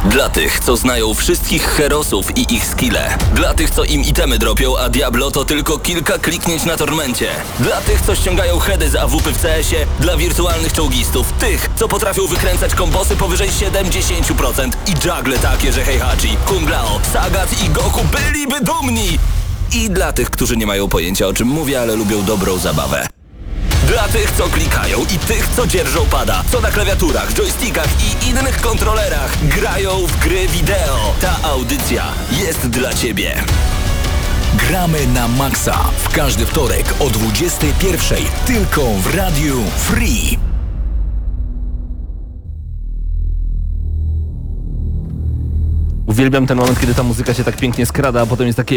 Dla tych, co znają wszystkich herosów i ich skille. Dla tych, co im itemy dropią, a Diablo to tylko kilka kliknięć na tormencie. Dla tych, co ściągają heady z AWP w CS-ie. Dla wirtualnych czołgistów. Tych, co potrafią wykręcać kombosy powyżej 70% i juggle takie, że Heihachi, Kung Lao, Sagat i Goku byliby dumni. I dla tych, którzy nie mają pojęcia, o czym mówię, ale lubią dobrą zabawę. Dla tych, co klikają i tych, co dzierżą pada, co na klawiaturach, joystickach i innych kontrolerach grają w gry wideo. Ta audycja jest dla Ciebie. Gramy na maksa w każdy wtorek o 21:00 tylko w Radiu Free. Uwielbiam ten moment, kiedy ta muzyka się tak pięknie skrada, a potem jest takie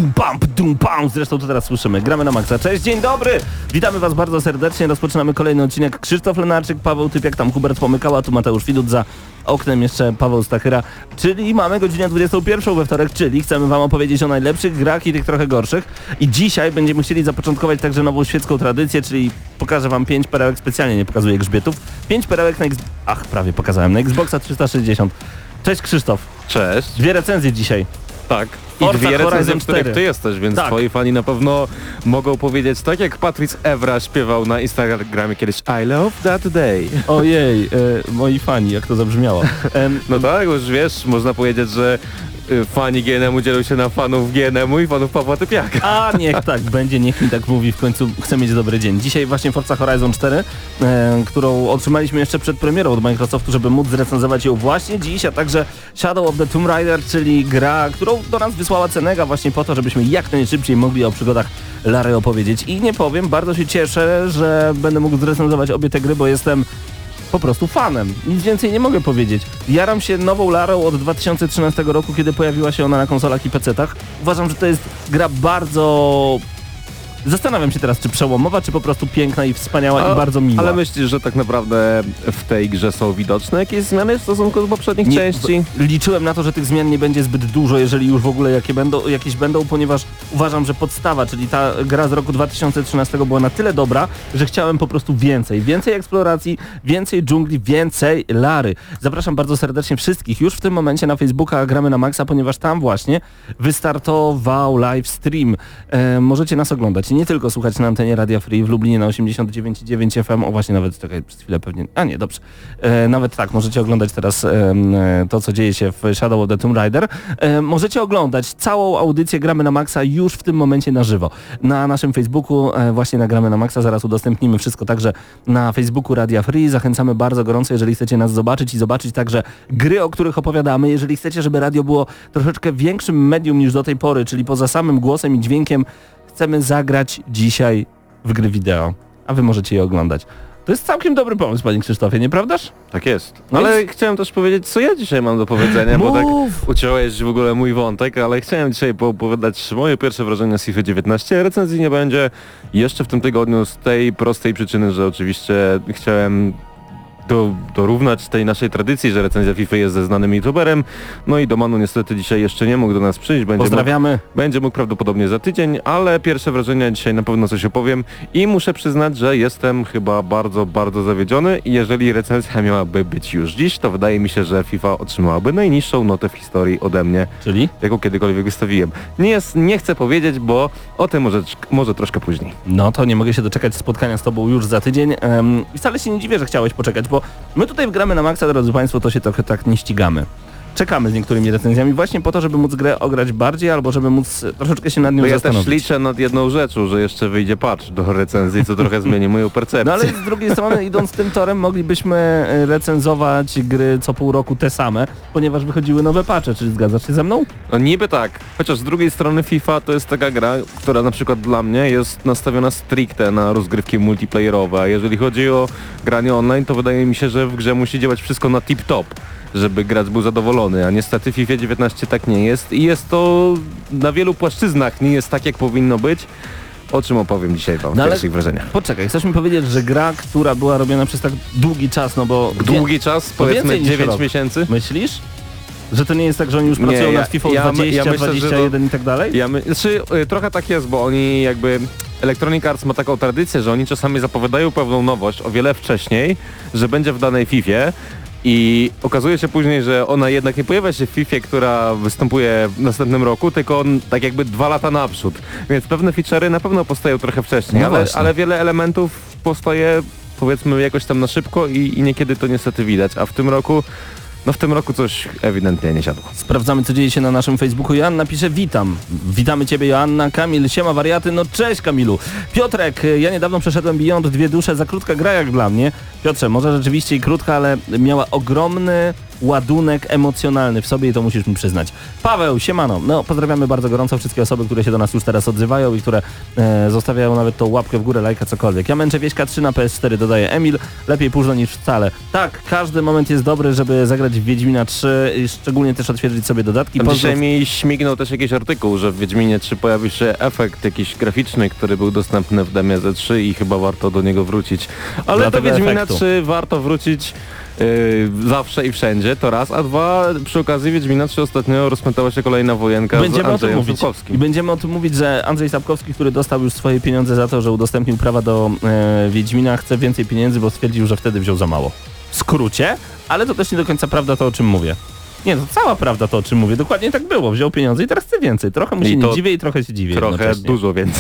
pudum pam. Zresztą to teraz słyszymy. Gramy na maksa. Cześć, dzień dobry! Witamy Was bardzo serdecznie. Rozpoczynamy kolejny odcinek. Krzysztof Lenarczyk, Paweł Typiak, tam Hubert Pomykała, tu Mateusz Widut, za oknem jeszcze Paweł Stachyra. Czyli mamy godzinę 21 we wtorek, czyli chcemy Wam opowiedzieć o najlepszych grach i tych trochę gorszych. I dzisiaj będziemy chcieli zapoczątkować także nową świecką tradycję, czyli pokażę Wam 5 perełek, specjalnie nie pokazuję grzbietów. 5 perełek na prawie pokazałem, na Xboxa 360. Cześć Krzysztof. Cześć. 2 recenzje dzisiaj. Tak. I Forza 2 recenzje, Horizon w których 4. ty jesteś, więc Tak. twoi fani na pewno mogą powiedzieć tak, jak Patrice Evra śpiewał na Instagramie kiedyś I love that day. Ojej, moi fani, jak to zabrzmiało. No tak, już wiesz, można powiedzieć, że fani GNM-u dzielą się na fanów GNM-u i fanów Pawła Typiaka. A niech tak będzie, niech mi tak mówi, w końcu chcę mieć dobry dzień. Dzisiaj właśnie Forza Horizon 4, którą otrzymaliśmy jeszcze przed premierą od Microsoftu, żeby móc zrecenzować ją właśnie dziś, a także Shadow of the Tomb Raider, czyli gra, którą do nas wysłała Cenega właśnie po to, żebyśmy jak najszybciej mogli o przygodach Lary opowiedzieć. I nie powiem, bardzo się cieszę, że będę mógł zrecenzować obie te gry, bo jestem po prostu fanem. Nic więcej nie mogę powiedzieć. Jaram się nową Larą od 2013 roku, kiedy pojawiła się ona na konsolach i PC-tach. Uważam, że to jest gra bardzo... Zastanawiam się teraz, czy przełomowa, czy po prostu piękna i wspaniała i bardzo miła. Ale myślisz, że tak naprawdę w tej grze są widoczne jakieś zmiany w stosunku do poprzednich części? Liczyłem na to, że tych zmian nie będzie zbyt dużo, jeżeli już w ogóle jakieś będą, ponieważ uważam, że podstawa, czyli ta gra z roku 2013 była na tyle dobra, że chciałem po prostu więcej eksploracji, więcej dżungli, więcej Lary. Zapraszam bardzo serdecznie wszystkich już w tym momencie na Facebooka Gramy na Maxa, ponieważ tam właśnie wystartował live stream. Możecie nas oglądać. Nie tylko słuchać na antenie Radia Free w Lublinie na 89,9 FM, o właśnie nawet, czekaj, przez chwilę pewnie, dobrze, nawet tak, możecie oglądać teraz to, co dzieje się w Shadow of the Tomb Raider. Możecie oglądać całą audycję Gramy na Maxa już w tym momencie na żywo. Na naszym Facebooku właśnie na Gramy na Maxa, zaraz udostępnimy wszystko także na Facebooku Radia Free. Zachęcamy bardzo gorąco, jeżeli chcecie nas zobaczyć i zobaczyć także gry, o których opowiadamy. Jeżeli chcecie, żeby radio było troszeczkę większym medium niż do tej pory, czyli poza samym głosem i dźwiękiem, chcemy zagrać dzisiaj w gry wideo, a wy możecie je oglądać. To jest całkiem dobry pomysł, panie Krzysztofie, nieprawdaż? Tak jest. No ale chciałem też powiedzieć, co ja dzisiaj mam do powiedzenia, bo tak uciąłeś w ogóle mój wątek, ale chciałem dzisiaj poopowiadać moje pierwsze wrażenia z FIFA 19. Recenzji nie będzie jeszcze w tym tygodniu z tej prostej przyczyny, że oczywiście chciałem dorównać tej naszej tradycji, że recenzja FIFA jest ze znanym youtuberem. No i Domanu niestety dzisiaj jeszcze nie mógł do nas przyjść. Pozdrawiamy. Będzie mógł prawdopodobnie za tydzień, ale pierwsze wrażenia dzisiaj na pewno coś opowiem i muszę przyznać, że jestem chyba bardzo, bardzo zawiedziony i jeżeli recenzja miałaby być już dziś, to wydaje mi się, że FIFA otrzymałaby najniższą notę w historii ode mnie. Czyli? Jaką kiedykolwiek wystawiłem. Nie chcę powiedzieć, bo o tym może troszkę później. No to nie mogę się doczekać spotkania z tobą już za tydzień. I wcale się nie dziwię, że chciałeś poczekać, bo my tutaj Gramy na Maxa, drodzy Państwo, to się trochę tak nie ścigamy. Czekamy z niektórymi recenzjami właśnie po to, żeby móc grę ograć bardziej, albo żeby móc troszeczkę się nad nią zastanowić. Ja też liczę nad jedną rzeczą, że jeszcze wyjdzie patch do recenzji, co trochę zmieni moją percepcję. No ale z drugiej strony, idąc tym torem, moglibyśmy recenzować gry co pół roku te same, ponieważ wychodziły nowe patche. Czy zgadzasz się ze mną? No niby tak, chociaż z drugiej strony FIFA to jest taka gra, która na przykład dla mnie jest nastawiona stricte na rozgrywki multiplayerowe, a jeżeli chodzi o granie online, to wydaje mi się, że w grze musi działać wszystko na tip-top, żeby gracz był zadowolony, a niestety w FIFA 19 tak nie jest i jest to na wielu płaszczyznach nie jest tak, jak powinno być, o czym opowiem dzisiaj wam w pierwszych wrażeniach. Poczekaj, chcesz mi powiedzieć, że gra, która była robiona przez tak długi czas, no bo... Długi czas? Powiedzmy 9 miesięcy? Myślisz? Że to nie jest tak, że oni już pracują nad FIFA 20, 21 i tak dalej? Trochę tak jest, bo oni jakby... Electronic Arts ma taką tradycję, że oni czasami zapowiadają pewną nowość o wiele wcześniej, że będzie w danej Fifie, I okazuje się później, że ona jednak nie pojawia się w FIFA, która występuje w następnym roku, tylko tak jakby 2 lata naprzód. Więc pewne feature'y na pewno powstają trochę wcześniej, No ale wiele elementów powstaje powiedzmy jakoś tam na szybko i niekiedy to niestety widać. A w tym roku coś ewidentnie nie siadło. Sprawdzamy, co dzieje się na naszym Facebooku. Joanna pisze: witam. Witamy Ciebie, Joanna. Kamil, siema wariaty. No cześć, Kamilu. Piotrek, ja niedawno przeszedłem Beyond 2 dusze, za krótka gra jak dla mnie. Piotrze, może rzeczywiście i krótka, ale miała ogromny ładunek emocjonalny w sobie i to musisz mi przyznać. Paweł, siemano. No, pozdrawiamy bardzo gorąco wszystkie osoby, które się do nas już teraz odzywają i które zostawiają nawet tą łapkę w górę, lajka, cokolwiek. Ja męczę Wieśka 3 na PS4, dodaje Emil. Lepiej późno niż wcale. Tak, każdy moment jest dobry, żeby zagrać w Wiedźmina 3 i szczególnie też odświeżyć sobie dodatki. Dzisiaj mi śmignął też jakiś artykuł, że w Wiedźminie 3 pojawił się efekt jakiś graficzny, który był dostępny w demie Z3 i chyba warto do niego wrócić. Ale Dla do tego Wiedźmina efektu 3 warto wrócić zawsze i wszędzie, to raz, a dwa, przy okazji Wiedźmina 3 ostatnio rozpętała się kolejna wojenka z Andrzejem Sapkowskim. I będziemy o tym mówić, że Andrzej Sapkowski, który dostał już swoje pieniądze za to, że udostępnił prawa do Wiedźmina, chce więcej pieniędzy, bo stwierdził, że wtedy wziął za mało. W skrócie, ale to też nie do końca prawda to, o czym mówię. Nie, to cała prawda to, o czym mówię. Dokładnie tak było. Wziął pieniądze i teraz chce więcej. Trochę mu się nie dziwię i trochę się dziwię. Trochę dużo więcej.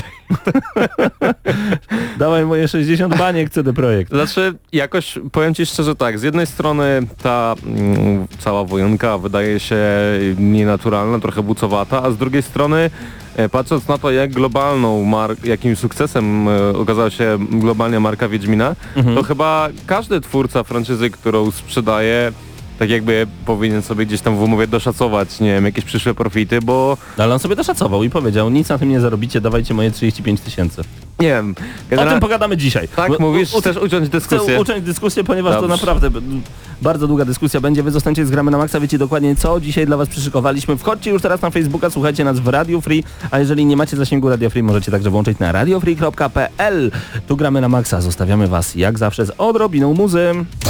Dawaj moje 60 baniek CD Projekt. Znaczy, jakoś powiem Ci szczerze tak, z jednej strony ta cała wojenka wydaje się nienaturalna, trochę bucowata, a z drugiej strony patrząc na to, jak jakim sukcesem okazała się globalnie marka Wiedźmina, to chyba każdy twórca franczyzy, którą sprzedaje, tak jakby powinien sobie gdzieś tam w umowie doszacować, nie wiem, jakieś przyszłe profity, bo... Ale on sobie doszacował i powiedział: nic na tym nie zarobicie, dawajcie moje 35 000. Nie wiem. O tym pogadamy dzisiaj. Tak, mówisz, chcesz uciąć dyskusję? Chcę uciąć dyskusję, ponieważ Dobrze. to naprawdę bardzo długa dyskusja będzie. Wy zostańcie z Gramy na Maxa, wiecie dokładnie, co dzisiaj dla Was przyszykowaliśmy. Wchodźcie już teraz na Facebooka, słuchajcie nas w Radio Free, a jeżeli nie macie zasięgu Radio Free, możecie także włączyć na radiofree.pl. Tu Gramy na Maxa, zostawiamy Was jak zawsze z odrobiną muzy.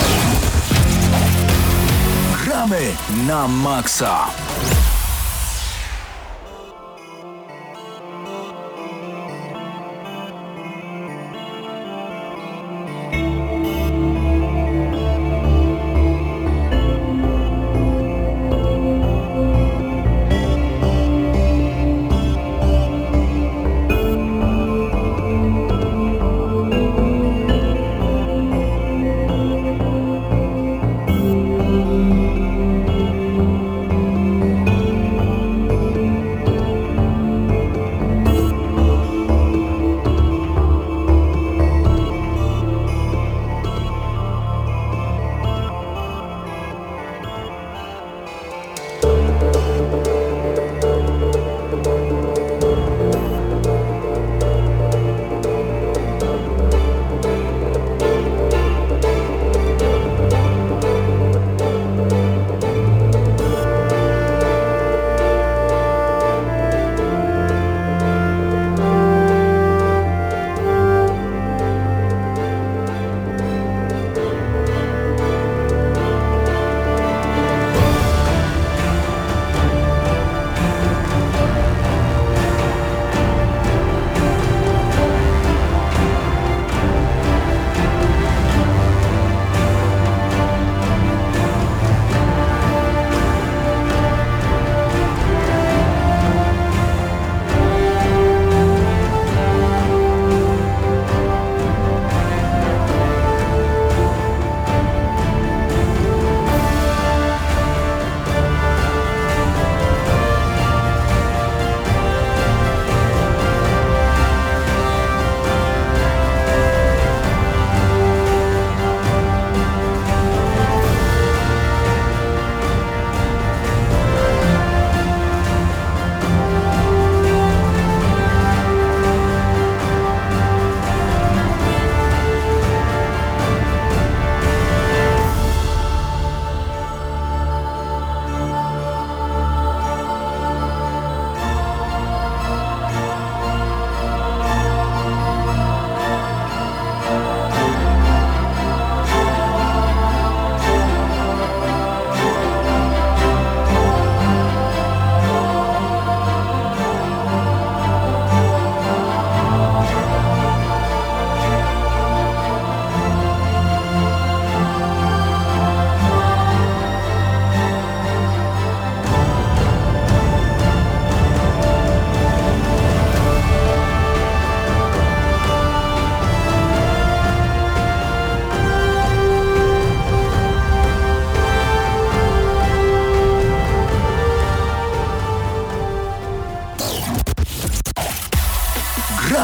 Gramy na Maxa.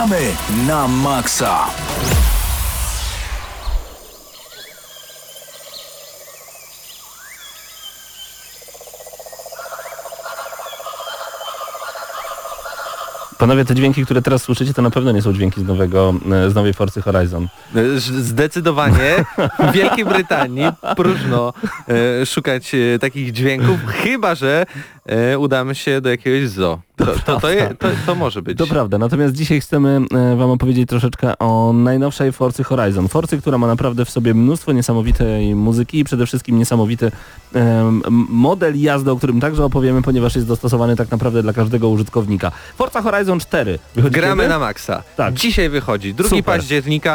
Gramy na maksa. Panowie, te dźwięki, które teraz słyszycie, to na pewno nie są dźwięki z nowej Forcy Horizon. Zdecydowanie w Wielkiej Brytanii próżno szukać takich dźwięków, chyba że udamy się do jakiegoś zoo. To może być. To prawda, natomiast dzisiaj chcemy wam opowiedzieć troszeczkę o najnowszej Forcy Horizon. Forcy, która ma naprawdę w sobie mnóstwo niesamowitej muzyki i przede wszystkim niesamowity model jazdy, o którym także opowiemy, ponieważ jest dostosowany tak naprawdę dla każdego użytkownika. Forza Horizon 4. Wychodzi Gramy kiedy? na maksa. Tak. Dzisiaj wychodzi. 2 Super. października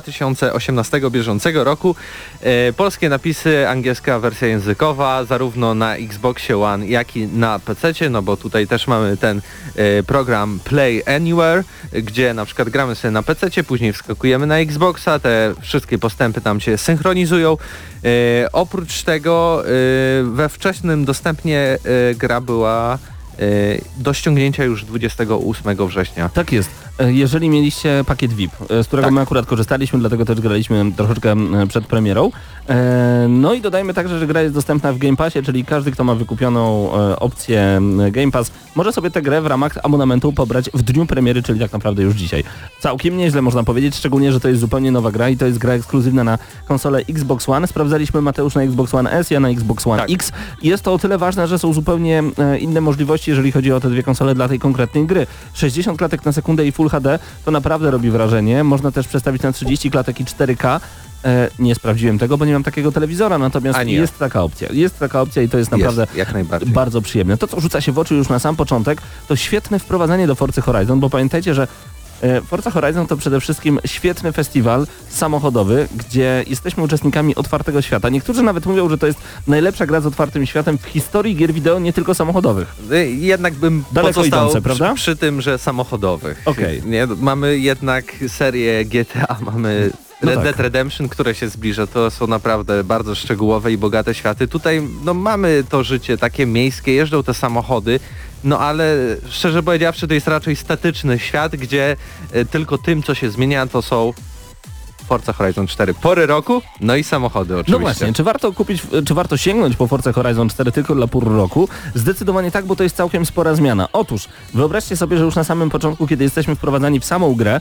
2018 bieżącego roku. Polskie napisy, angielska wersja językowa, zarówno na Xboxie One, jak i na PC-cie, no bo tutaj też mamy ten program Play Anywhere, gdzie na przykład gramy sobie na PC-cie, później wskakujemy na Xboxa, te wszystkie postępy tam się synchronizują. Oprócz tego we wczesnym dostępnie gra była do ściągnięcia już 28 września. Tak jest. Jeżeli mieliście pakiet VIP, z którego my akurat korzystaliśmy, dlatego też graliśmy troszeczkę przed premierą. No i dodajmy także, że gra jest dostępna w Game Passie, czyli każdy, kto ma wykupioną opcję Game Pass, może sobie tę grę w ramach abonamentu pobrać w dniu premiery, czyli tak naprawdę już dzisiaj. Całkiem nieźle można powiedzieć, szczególnie, że to jest zupełnie nowa gra i to jest gra ekskluzywna na konsolę Xbox One. Sprawdzaliśmy, Mateusz na Xbox One S, ja na Xbox One X. Jest to o tyle ważne, że są zupełnie inne możliwości, jeżeli chodzi o te dwie konsole dla tej konkretnej gry. 60 klatek na sekundę i Full HD to naprawdę robi wrażenie. Można też przestawić na 30 klatek i 4K. Nie sprawdziłem tego, bo nie mam takiego telewizora, natomiast jest taka opcja. Jest taka opcja i to jest naprawdę jak najbardziej bardzo przyjemne. To, co rzuca się w oczy już na sam początek, to świetne wprowadzenie do Forcy Horizon, bo pamiętajcie, że Forza Horizon to przede wszystkim świetny festiwal samochodowy, gdzie jesteśmy uczestnikami otwartego świata. Niektórzy nawet mówią, że to jest najlepsza gra z otwartym światem w historii gier wideo, nie tylko samochodowych. Jednak bym daleko pozostał idące, prawda? Przy tym, że samochodowych. Okej. Nie, mamy jednak serię GTA, mamy Red Dead Redemption, które się zbliża. To są naprawdę bardzo szczegółowe i bogate światy. Tutaj mamy to życie takie miejskie, jeżdżą te samochody, no ale szczerze powiedziawszy to jest raczej statyczny świat, gdzie tylko tym, co się zmienia, to są Forza Horizon 4 pory roku, no i samochody oczywiście. No właśnie, czy warto sięgnąć po Forza Horizon 4 tylko dla pór roku? Zdecydowanie tak, bo to jest całkiem spora zmiana. Otóż, wyobraźcie sobie, że już na samym początku, kiedy jesteśmy wprowadzani w samą grę,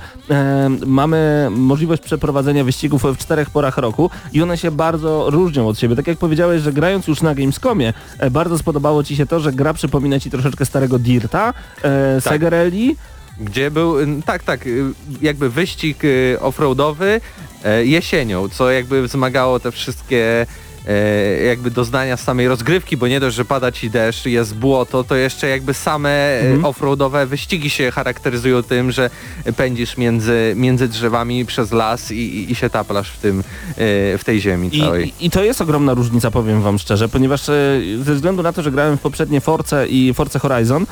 mamy możliwość przeprowadzenia wyścigów w 4 porach roku i one się bardzo różnią od siebie. Tak jak powiedziałeś, że grając już na Gamescomie, bardzo spodobało Ci się to, że gra przypomina Ci troszeczkę starego Dirta, Sega Rally, gdzie był, jakby wyścig offroadowy jesienią, co jakby wzmagało te wszystkie jakby doznania z samej rozgrywki, bo nie dość, że pada ci deszcz, jest błoto, to jeszcze jakby same offroadowe wyścigi się charakteryzują tym, że pędzisz między drzewami przez las i się taplasz w tej ziemi całej. I to jest ogromna różnica, powiem wam szczerze, ponieważ ze względu na to, że grałem w poprzednie Force i Forza Horizon,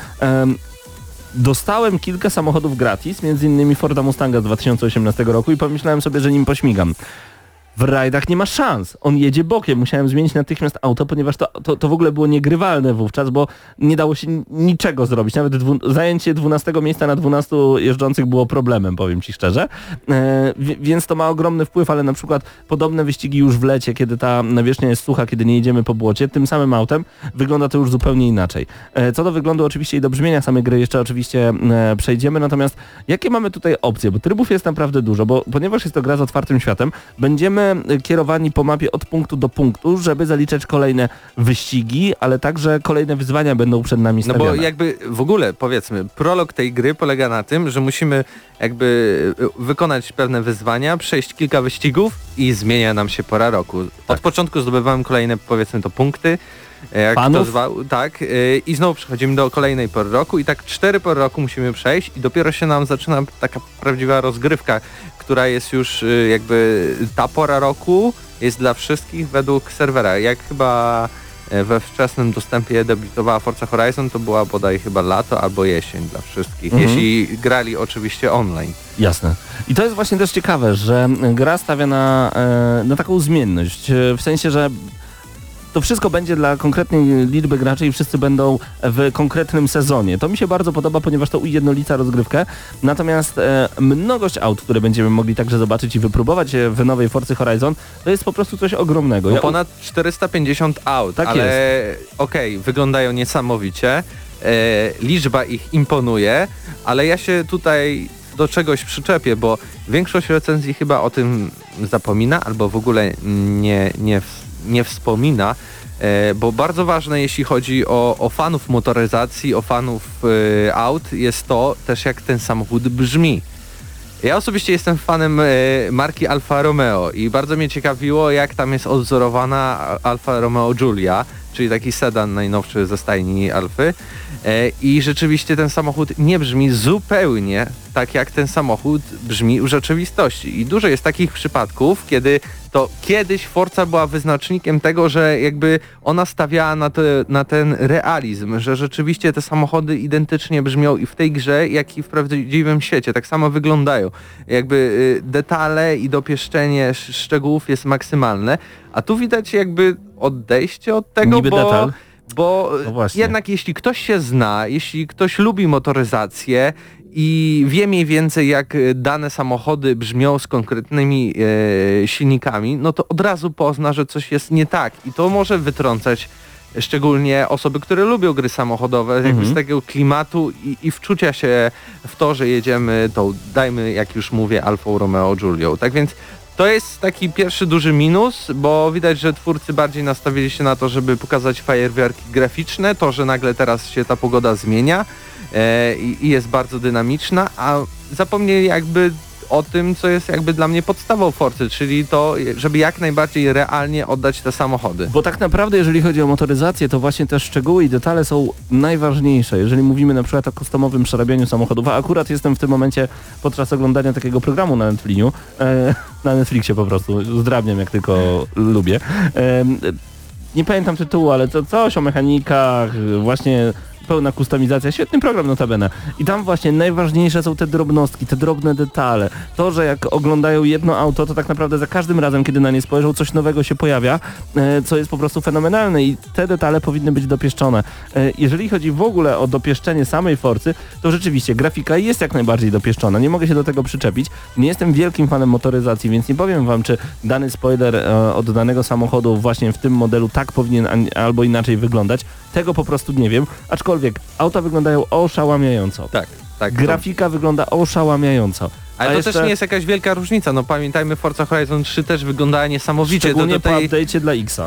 dostałem kilka samochodów gratis, między innymi Forda Mustanga z 2018 roku i pomyślałem sobie, że nim pośmigam. W rajdach nie ma szans. On jedzie bokiem. Musiałem zmienić natychmiast auto, ponieważ to w ogóle było niegrywalne wówczas, bo nie dało się niczego zrobić. Nawet zajęcie 12 miejsca na 12 jeżdżących było problemem, powiem Ci szczerze. Więc to ma ogromny wpływ, ale na przykład podobne wyścigi już w lecie, kiedy ta nawierzchnia jest sucha, kiedy nie jedziemy po błocie, tym samym autem wygląda to już zupełnie inaczej. Co do wyglądu oczywiście i do brzmienia samej gry jeszcze oczywiście przejdziemy, natomiast jakie mamy tutaj opcje? Bo trybów jest naprawdę dużo, ponieważ jest to gra z otwartym światem, będziemy kierowani po mapie od punktu do punktu, żeby zaliczać kolejne wyścigi, ale także kolejne wyzwania będą przed nami stawiane. No bo jakby w ogóle powiedzmy, prolog tej gry polega na tym, że musimy jakby wykonać pewne wyzwania, przejść kilka wyścigów i zmienia nam się pora roku. Od początku zdobywamy kolejne, powiedzmy to, punkty, jak to zwał, i znowu przechodzimy do kolejnej pory roku i tak 4 pory roku musimy przejść i dopiero się nam zaczyna taka prawdziwa rozgrywka, która jest już jakby ta pora roku jest dla wszystkich według serwera. Jak chyba we wczesnym dostępie debiutowała Forza Horizon, to była bodaj chyba lato albo jesień dla wszystkich, jeśli grali oczywiście online. Jasne. I to jest właśnie też ciekawe, że gra stawia na taką zmienność, w sensie, że to wszystko będzie dla konkretnej liczby graczy i wszyscy będą w konkretnym sezonie. To mi się bardzo podoba, ponieważ to ujednolica rozgrywkę. Natomiast mnogość aut, które będziemy mogli także zobaczyć i wypróbować w nowej Forcy Horizon, to jest po prostu coś ogromnego. No ponad 450 aut, tak ale okej, wyglądają niesamowicie. Liczba ich imponuje, ale ja się tutaj do czegoś przyczepię, bo większość recenzji chyba o tym zapomina albo w ogóle nie wspomina, bo bardzo ważne, jeśli chodzi o fanów motoryzacji, o fanów aut, jest to też, jak ten samochód brzmi. Ja osobiście jestem fanem marki Alfa Romeo i bardzo mnie ciekawiło, jak tam jest odzorowana Alfa Romeo Giulia, czyli taki sedan najnowszy ze stajni Alfy. I rzeczywiście ten samochód nie brzmi zupełnie tak, jak ten samochód brzmi w rzeczywistości. I dużo jest takich przypadków, kiedy to kiedyś Forza była wyznacznikiem tego, że jakby ona stawiała na ten realizm, że rzeczywiście te samochody identycznie brzmią i w tej grze, jak i w prawdziwym świecie. Tak samo wyglądają. Jakby detale i dopieszczenie szczegółów jest maksymalne, a tu widać jakby odejście od tego, Niby detal. Bo No jednak jeśli ktoś się zna, jeśli ktoś lubi motoryzację i wie mniej więcej, jak dane samochody brzmią z konkretnymi silnikami, no to od razu pozna, że coś jest nie tak i to może wytrącać szczególnie osoby, które lubią gry samochodowe, jakby z tego klimatu i wczucia się w to, że jedziemy tą, dajmy, jak już mówię, Alfą Romeo Giulią. Tak więc to jest taki pierwszy duży minus, bo widać, że twórcy bardziej nastawili się na to, żeby pokazać fajerwerki graficzne, to, że nagle teraz się ta pogoda zmienia i jest bardzo dynamiczna, a zapomnieli jakby o tym, co jest jakby dla mnie podstawą Forcy, czyli to, żeby jak najbardziej realnie oddać te samochody. Bo tak naprawdę, jeżeli chodzi o motoryzację, to właśnie te szczegóły i detale są najważniejsze. Jeżeli mówimy na przykład o customowym przerabianiu samochodów, a akurat jestem w tym momencie podczas oglądania takiego programu na Netflixie, na Netflixie po prostu, zdrabniam jak tylko lubię. Nie pamiętam tytułu, ale to coś o mechanikach, właśnie pełna kustomizacja, świetny program notabene. I tam właśnie najważniejsze są te drobnostki, te drobne detale. To, że jak oglądają jedno auto, to tak naprawdę za każdym razem, kiedy na nie spojrzą, coś nowego się pojawia, co jest po prostu fenomenalne i te detale powinny być dopieszczone. Jeżeli chodzi w ogóle o dopieszczenie samej Forcy, to rzeczywiście grafika jest jak najbardziej dopieszczona. Nie mogę się do tego przyczepić. Nie jestem wielkim fanem motoryzacji, więc nie powiem wam, czy dany spoiler od danego samochodu właśnie w tym modelu tak powinien albo inaczej wyglądać. Tego po prostu nie wiem, aczkolwiek auta wyglądają oszałamiająco. Tak. Grafika wygląda oszałamiająco. Ale to też nie jest jakaś wielka różnica, no pamiętajmy, Forza Horizon 3 też wyglądała niesamowicie. Szczególnie po update'cie dla X-a.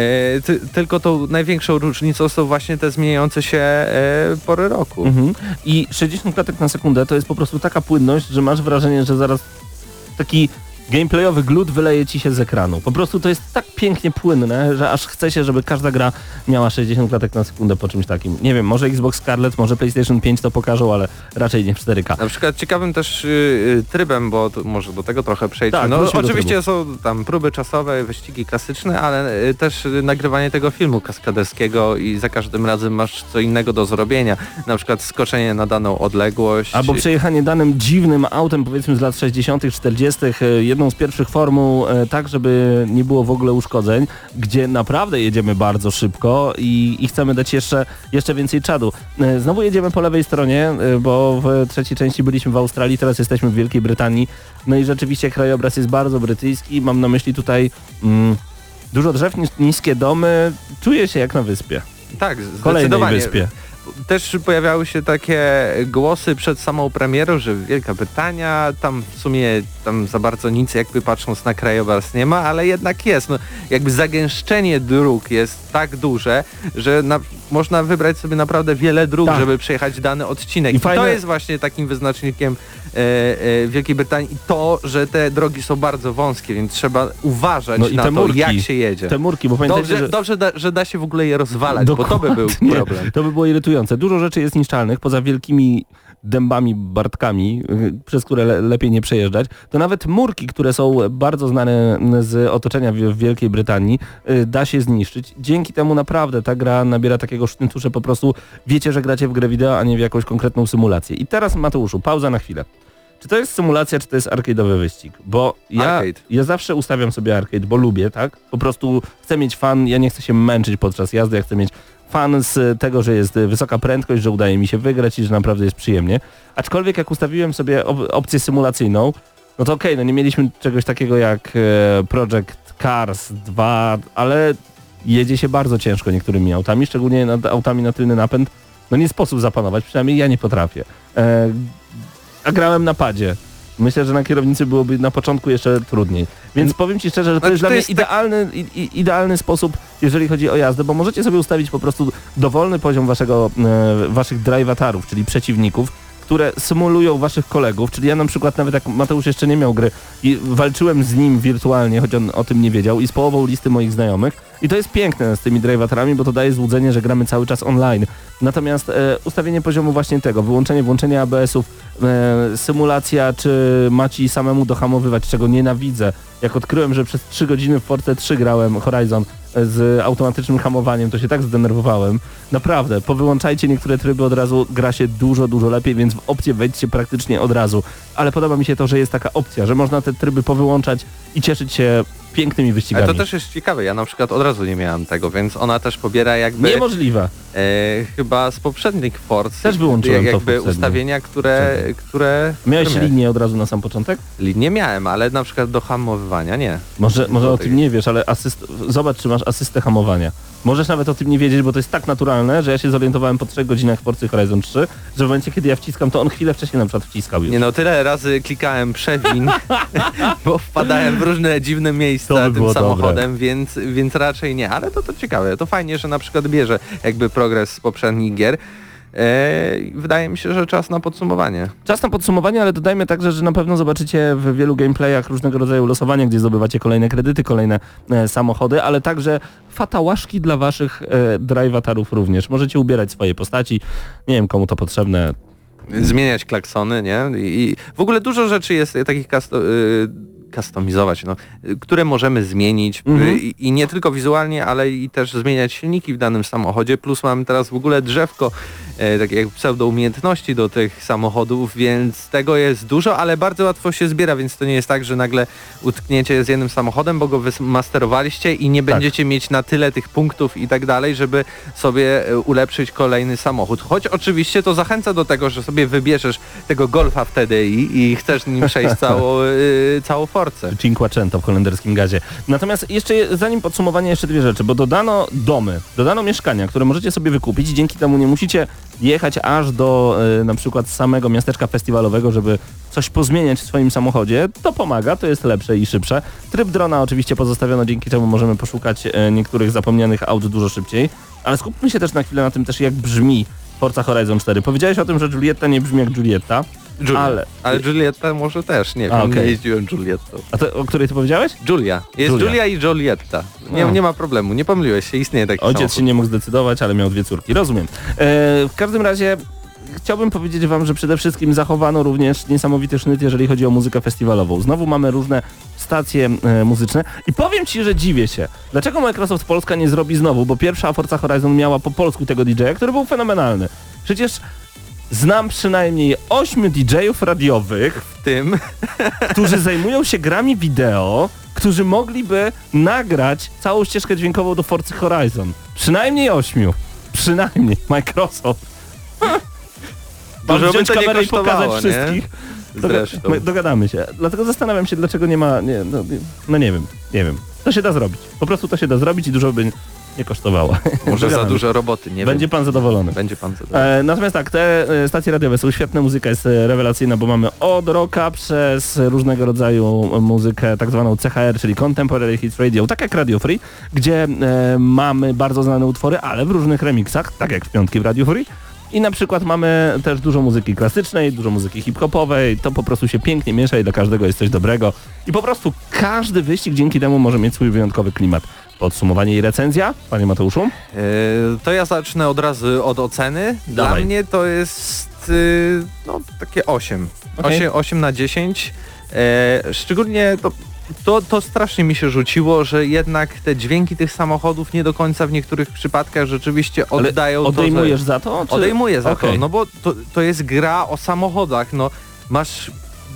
Tylko tą największą różnicą są właśnie te zmieniające się pory roku. I 60 klatek na sekundę to jest po prostu taka płynność, że masz wrażenie, że zaraz taki gameplayowy glut wyleje ci się z ekranu. Po prostu to jest tak pięknie płynne, że aż chce się, żeby każda gra miała 60 klatek na sekundę po czymś takim. Nie wiem, może Xbox Scarlett, może PlayStation 5 to pokażą, ale raczej nie w 4K. Na przykład ciekawym też trybem, bo może do tego trochę przejdźmy. Tak, no oczywiście do są tam próby czasowe, wyścigi klasyczne, ale też nagrywanie tego filmu kaskaderskiego i za każdym razem masz co innego do zrobienia. Na przykład skoczenie na daną odległość. Albo przejechanie danym dziwnym autem, powiedzmy z lat 60., 40., jedną z pierwszych formuł, tak żeby nie było w ogóle uszkodzeń, gdzie naprawdę jedziemy bardzo szybko i chcemy dać jeszcze więcej czadu. Znowu jedziemy po lewej stronie, bo w trzeciej części byliśmy w Australii, teraz jesteśmy w Wielkiej Brytanii. No i rzeczywiście krajobraz jest bardzo brytyjski. Mam na myśli tutaj dużo drzew, niskie domy. Czuję się jak na wyspie. Tak, Kolejnej zdecydowanie. wyspie. Też pojawiały się takie głosy przed samą premierą, że Wielka Brytania, tam w sumie tam za bardzo nic jakby patrząc na krajobraz nie ma, ale jednak jest. No, jakby zagęszczenie dróg jest tak duże, że można wybrać sobie naprawdę wiele dróg, tak, żeby przejechać dany odcinek. I to jest właśnie takim wyznacznikiem Wielkiej Brytanii. I to, że te drogi są bardzo wąskie, więc trzeba uważać na to, jak się jedzie. Te murki, bo pamiętajcie, dobrze, że da się w ogóle je rozwalać, bo to by był problem. To by było irytujące. Dużo rzeczy jest niszczalnych, poza wielkimi dębami, bartkami, przez które lepiej nie przejeżdżać. To nawet murki, które są bardzo znane z otoczenia w Wielkiej Brytanii, da się zniszczyć. Dzięki temu naprawdę ta gra nabiera takiego sznytu, że po prostu wiecie, że gracie w grę wideo, a nie w jakąś konkretną symulację. I teraz, Mateuszu, pauza na chwilę. Czy to jest symulacja, czy to jest arcade'owy wyścig? Bo Arcade. ja zawsze ustawiam sobie arcade, bo lubię, tak? Po prostu chcę mieć fan, ja nie chcę się męczyć podczas jazdy, ja chcę mieć fan z tego, że jest wysoka prędkość, że udaje mi się wygrać i że naprawdę jest przyjemnie. Aczkolwiek jak ustawiłem sobie opcję symulacyjną, no to okej, no nie mieliśmy czegoś takiego jak Project Cars 2, ale jedzie się bardzo ciężko niektórymi autami, szczególnie nad autami na tylny napęd. No nie sposób zapanować, przynajmniej ja nie potrafię. A grałem na padzie. Myślę, że na kierownicy byłoby na początku jeszcze trudniej. Więc powiem Ci szczerze, że to Znaczy, jest dla to mnie jest idealny sposób, jeżeli chodzi o jazdę, bo możecie sobie ustawić po prostu dowolny poziom waszych drive-atarów, czyli przeciwników, które symulują waszych kolegów, czyli ja na przykład nawet jak Mateusz jeszcze nie miał gry i walczyłem z nim wirtualnie, choć on o tym nie wiedział i z połową listy moich znajomych i to jest piękne z tymi drive-atarami, bo to daje złudzenie, że gramy cały czas online. Natomiast ustawienie poziomu właśnie tego, wyłączenie, włączenie ABS-ów, symulacja, czy ma ci samemu dohamowywać, czego nienawidzę. Jak odkryłem, że przez 3 godziny w Force 3 grałem Horizon z automatycznym hamowaniem, to się tak zdenerwowałem. Naprawdę, powyłączajcie niektóre tryby od razu, gra się dużo, dużo lepiej, więc w opcję wejdźcie praktycznie od razu. Ale podoba mi się to, że jest taka opcja, że można te tryby powyłączać i cieszyć się pięknymi wyścigami. Ale to też jest ciekawe, ja na przykład od razu nie miałem tego, więc ona też pobiera jakby... Niemożliwe. Chyba z poprzednich Force. Też wyłączyłem to jakby poprzednio. ustawienia, które Miałeś które linię od razu na sam początek? Linię miałem, ale na przykład do hamowywania nie. Może o tym nie wiesz, ale zobacz, czy masz asystę hamowania. Możesz nawet o tym nie wiedzieć, bo to jest tak naturalne, że ja się zorientowałem po 3 godzinach w Forcy Horizon 3, że w momencie, kiedy ja wciskam, to on chwilę wcześniej na przykład wciskał już. Nie no, tyle razy klikałem przewin, bo wpadałem w różne dziwne To miejsca by tym było samochodem, więc raczej nie. Ale to ciekawe, to fajnie, że na przykład bierze jakby progres z poprzednich gier. Wydaje mi się, że czas na podsumowanie. Czas na podsumowanie, ale dodajmy także, że na pewno zobaczycie w wielu gameplayach różnego rodzaju losowania, gdzie zdobywacie kolejne kredyty, kolejne samochody, ale także fatałaszki dla waszych drive-atarów również. Możecie ubierać swoje postaci, nie wiem komu to potrzebne. Zmieniać klaksony, nie? I w ogóle dużo rzeczy jest takich customizować, no, które możemy zmienić i nie tylko wizualnie, ale i też zmieniać silniki w danym samochodzie, plus mamy teraz w ogóle drzewko, takie jak pseudoumiejętności do tych samochodów, więc tego jest dużo, ale bardzo łatwo się zbiera, więc to nie jest tak, że nagle utkniecie z jednym samochodem, bo go wymasterowaliście i nie będziecie mieć na tyle tych punktów i tak dalej, żeby sobie ulepszyć kolejny samochód. Choć oczywiście to zachęca do tego, że sobie wybierzesz tego Golfa wtedy i chcesz nim przejść całą Forcę. Cinquecento w holenderskim gazie. Natomiast jeszcze zanim podsumowanie, jeszcze dwie rzeczy, bo dodano domy, dodano mieszkania, które możecie sobie wykupić i dzięki temu nie musicie jechać aż do na przykład samego miasteczka festiwalowego, żeby coś pozmieniać w swoim samochodzie. To pomaga, to jest lepsze i szybsze. Tryb drona oczywiście pozostawiono, dzięki czemu możemy poszukać niektórych zapomnianych aut dużo szybciej. Ale skupmy się też na chwilę na tym też, jak brzmi Forza Horizon 4. Powiedziałeś o tym, że Giulietta nie brzmi jak Giulietta. Ale Giulietta może też, nie wiem, nie jeździłem Giuliettą. A to, o której ty powiedziałeś? Giulia. Jest Giulia i Giulietta. Nie ma problemu, nie pomyliłeś się, istnieje taki Ojciec samochód. się nie mógł zdecydować, ale miał 2 córki, rozumiem. W każdym razie chciałbym powiedzieć wam, że przede wszystkim zachowano również niesamowity sznyt, jeżeli chodzi o muzykę festiwalową. Znowu mamy różne stacje muzyczne i powiem ci, że dziwię się. Dlaczego Microsoft Polska nie zrobi znowu, bo pierwsza Forza Horizon miała po polsku tego DJ-a, który był fenomenalny. Przecież znam przynajmniej 8 DJ-ów radiowych, W tym którzy zajmują się grami wideo, którzy mogliby nagrać całą ścieżkę dźwiękową do Forcy Horizon. Przynajmniej 8. Przynajmniej. Microsoft. Dużo by wziąć to nie kamerę i kosztowało, pokazać nie? wszystkich. Zresztą. Dogadamy się. Dlatego zastanawiam się, dlaczego nie ma... No nie wiem. To się da zrobić. Po prostu to się da zrobić i dużo by nie kosztowało. Może za Dogadamy. dużo roboty, nie Będzie wiem. pan zadowolony. Będzie pan zadowolony. Natomiast tak, te stacje radiowe są świetne, muzyka jest rewelacyjna, bo mamy od rocka przez różnego rodzaju muzykę tak zwaną CHR, czyli Contemporary Hits Radio, tak jak Radio Free, gdzie mamy bardzo znane utwory, ale w różnych remixach, tak jak w piątki w Radio Free. I na przykład mamy też dużo muzyki klasycznej, dużo muzyki hip-hopowej, to po prostu się pięknie miesza i dla każdego jest coś dobrego. I po prostu każdy wyścig dzięki temu może mieć swój wyjątkowy klimat. Podsumowanie i recenzja, panie Mateuszu? To ja zacznę od razu od oceny. Dla Dawaj. mnie to jest takie 8. Okej. 8 na 10. Szczególnie to strasznie mi się rzuciło, że jednak te dźwięki tych samochodów nie do końca w niektórych przypadkach rzeczywiście oddają Odejmujesz to, za to? Czy... Odejmuję za Okej. to, no bo to jest gra o samochodach, no masz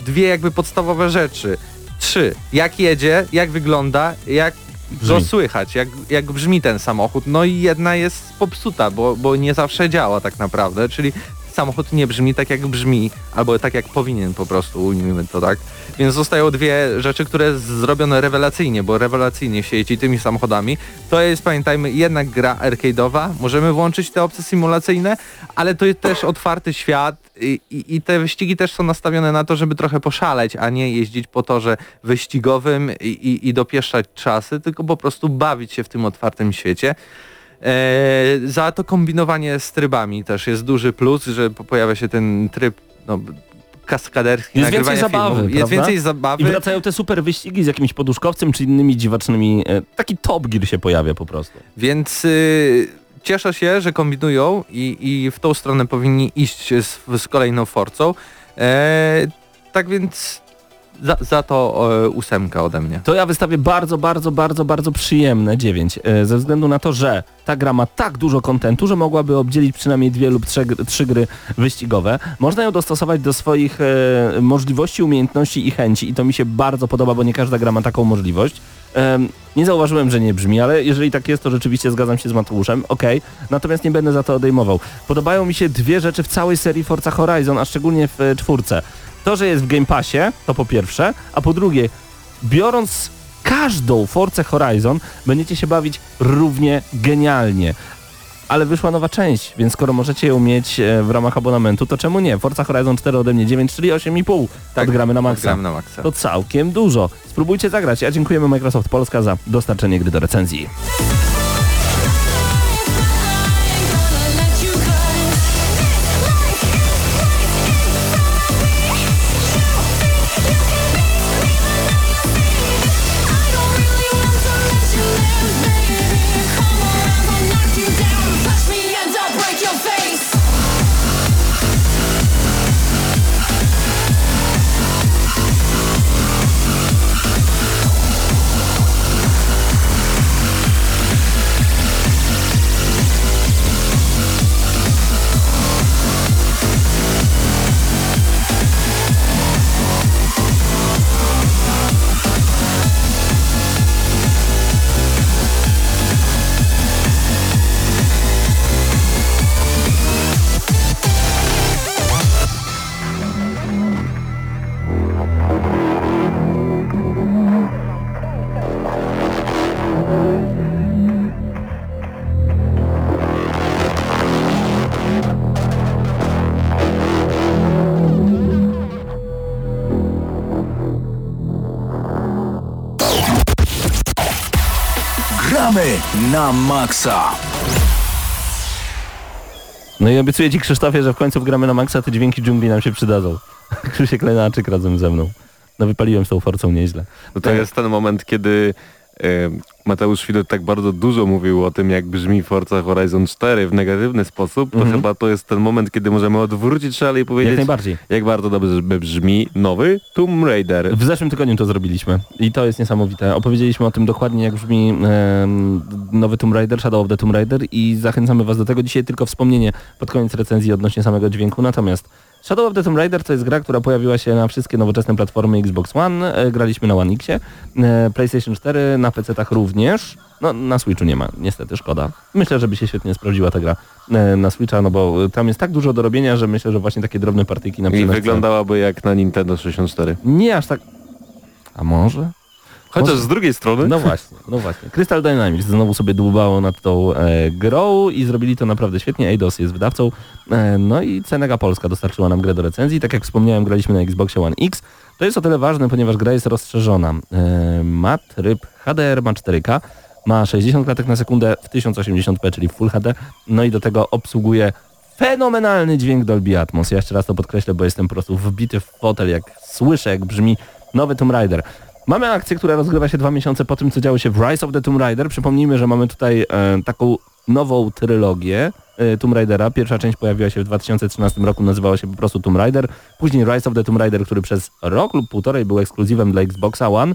dwie jakby podstawowe rzeczy. 3. Jak jedzie, jak wygląda, jak go słychać, jak brzmi ten samochód. No i jedna jest popsuta, bo nie zawsze działa tak naprawdę, czyli samochód nie brzmi tak jak brzmi, albo tak jak powinien po prostu, ujmijmy to tak. Więc zostają dwie rzeczy, które zrobione rewelacyjnie, bo rewelacyjnie się jeździ tymi samochodami. To jest, pamiętajmy, jednak gra arcade'owa, możemy włączyć te opcje symulacyjne, ale to jest też otwarty świat i te wyścigi też są nastawione na to, żeby trochę poszaleć, a nie jeździć po torze wyścigowym i dopieszczać czasy, tylko po prostu bawić się w tym otwartym świecie. Za to kombinowanie z trybami też jest duży plus, że pojawia się ten tryb kaskaderski, jest więcej zabawy, filmów. Jest więcej zabawy. I wracają te super wyścigi z jakimś poduszkowcem czy innymi dziwacznymi, taki Top Gear się pojawia po prostu. Więc cieszę się, że kombinują i w tą stronę powinni iść z kolejną Forcą. Tak więc za to 8 ode mnie. To ja wystawię bardzo przyjemne 9. Ze względu na to, że ta gra ma tak dużo kontentu, że mogłaby obdzielić przynajmniej 2 lub 3 gry wyścigowe. Można ją dostosować do swoich możliwości, umiejętności i chęci i to mi się bardzo podoba, bo nie każda gra ma taką możliwość. Nie zauważyłem, że nie brzmi, ale jeżeli tak jest, to rzeczywiście zgadzam się z Mateuszem, okej. Natomiast nie będę za to odejmował. Podobają mi się 2 rzeczy w całej serii Forza Horizon, a szczególnie w 4. To, że jest w Game Passie, to po pierwsze, a po drugie, biorąc każdą Forzę Horizon, będziecie się bawić równie genialnie. Ale wyszła nowa część, więc skoro możecie ją mieć w ramach abonamentu, to czemu nie? Forza Horizon 4 ode mnie 9, czyli 8,5. Tak, odgramy na maksa. Odgramy na maksa. To całkiem dużo. Spróbujcie zagrać, a dziękujemy Microsoft Polska za dostarczenie gry do recenzji. Gramy na maksa. No i obiecuję Ci, Krzysztofie, że w końcu wgramy na maksa, te dźwięki dżungli nam się przydadzą. Krzysiek Lenaczyk razem ze mną. No wypaliłem z tą Forcą nieźle. No to jest ten moment, kiedy Mateusz Filet tak bardzo dużo mówił o tym, jak brzmi Forza Horizon 4 w negatywny sposób, to chyba to jest ten moment, kiedy możemy odwrócić szale i powiedzieć, Jak najbardziej. jak bardzo dobrze brzmi nowy Tomb Raider. W zeszłym tygodniu to zrobiliśmy i to jest niesamowite. Opowiedzieliśmy o tym dokładnie, jak brzmi nowy Tomb Raider, Shadow of the Tomb Raider i zachęcamy Was do tego. Dzisiaj tylko wspomnienie pod koniec recenzji odnośnie samego dźwięku. Natomiast Shadow of the Tomb Raider to jest gra, która pojawiła się na wszystkie nowoczesne platformy Xbox One, graliśmy na One Xie, PlayStation 4, na PC-tach również, no na Switchu nie ma, niestety, szkoda. Myślę, że by się świetnie sprawdziła ta gra na Switcha, no bo tam jest tak dużo do robienia, że myślę, że właśnie takie drobne partyjki na I przykład wyglądałaby jak na Nintendo 64. nie aż tak... A może? Chociaż Może- z drugiej strony... No właśnie. Crystal Dynamics znowu sobie dłubało nad tą grą i zrobili to naprawdę świetnie. Eidos jest wydawcą. No i Cenega Polska dostarczyła nam grę do recenzji. Tak jak wspomniałem, graliśmy na Xboxie One X. To jest o tyle ważne, ponieważ gra jest rozszerzona. Ma tryb HDR, ma 4K, ma 60 klatek na sekundę w 1080p, czyli w Full HD. No i do tego obsługuje fenomenalny dźwięk Dolby Atmos. Ja jeszcze raz to podkreślę, bo jestem po prostu wbity w fotel, jak słyszę, jak brzmi nowy Tomb Raider. Mamy akcję, która rozgrywa się 2 miesiące po tym, co działo się w Rise of the Tomb Raider. Przypomnijmy, że mamy tutaj taką nową trylogię Tomb Raidera. Pierwsza część pojawiła się w 2013 roku, nazywała się po prostu Tomb Raider. Później Rise of the Tomb Raider, który przez rok lub półtorej był ekskluzywem dla Xboxa One.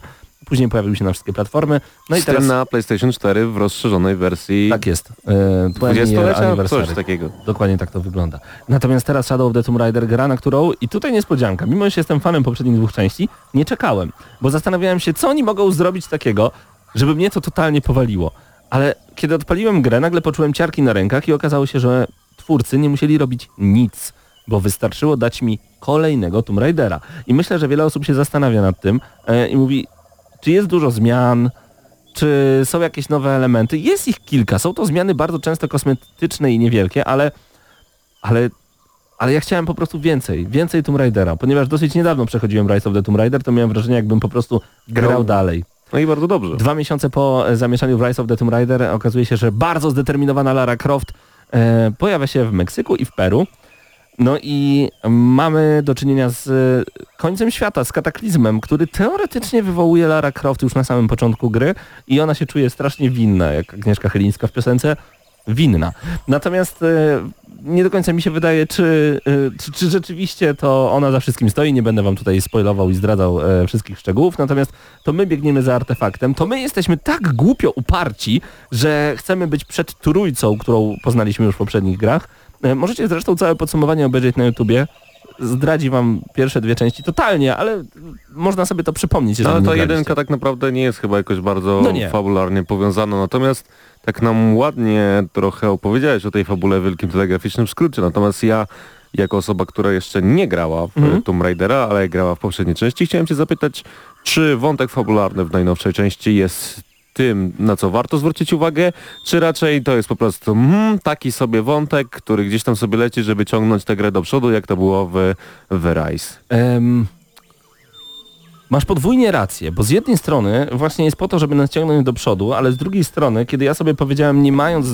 Później pojawił się na wszystkie platformy. No i teraz na PlayStation 4 w rozszerzonej wersji. tak jest. 20-lecia? Coś takiego. Dokładnie tak to wygląda. Natomiast teraz Shadow of the Tomb Raider, gra, na którą, i tutaj niespodzianka, mimo że jestem fanem poprzednich 2 części, nie czekałem, bo zastanawiałem się, co oni mogą zrobić takiego, żeby mnie to totalnie powaliło. Ale kiedy odpaliłem grę, nagle poczułem ciarki na rękach i okazało się, że twórcy nie musieli robić nic, bo wystarczyło dać mi kolejnego Tomb Raidera. I myślę, że wiele osób się zastanawia nad tym i mówi, czy jest dużo zmian, czy są jakieś nowe elementy. Jest ich kilka, są to zmiany bardzo często kosmetyczne i niewielkie, ale ja chciałem po prostu więcej Tomb Raidera, ponieważ dosyć niedawno przechodziłem Rise of the Tomb Raider, to miałem wrażenie, jakbym po prostu grał dalej. No i bardzo dobrze. 2 miesiące po zamieszaniu w Rise of the Tomb Raider okazuje się, że bardzo zdeterminowana Lara Croft pojawia się w Meksyku i w Peru. No i mamy do czynienia z końcem świata, z kataklizmem, który teoretycznie wywołuje Lara Croft już na samym początku gry i ona się czuje strasznie winna, jak Agnieszka Chylińska w piosence, winna. Natomiast nie do końca mi się wydaje, czy rzeczywiście to ona za wszystkim stoi, nie będę wam tutaj spoilował i zdradzał wszystkich szczegółów, natomiast to my biegniemy za artefaktem, to my jesteśmy tak głupio uparci, że chcemy być przed trójcą, którą poznaliśmy już w poprzednich grach. Możecie zresztą całe podsumowanie obejrzeć na YouTubie. Zdradzi wam pierwsze 2 części totalnie, ale można sobie to przypomnieć. No, ale nie ta graliście. jedynka tak naprawdę nie jest chyba jakoś bardzo nie. fabularnie powiązana, natomiast tak nam ładnie trochę opowiedziałeś o tej fabule w wielkim telegraficznym skrócie, natomiast ja jako osoba, która jeszcze nie grała w Tomb Raidera, ale grała w poprzedniej części, chciałem cię zapytać, czy wątek fabularny w najnowszej części jest tym, na co warto zwrócić uwagę, czy raczej to jest po prostu taki sobie wątek, który gdzieś tam sobie leci, żeby ciągnąć tę grę do przodu, jak to było w Rise? Masz podwójnie rację, bo z jednej strony właśnie jest po to, żeby nas ciągnąć do przodu, ale z drugiej strony, kiedy ja sobie powiedziałem, nie mając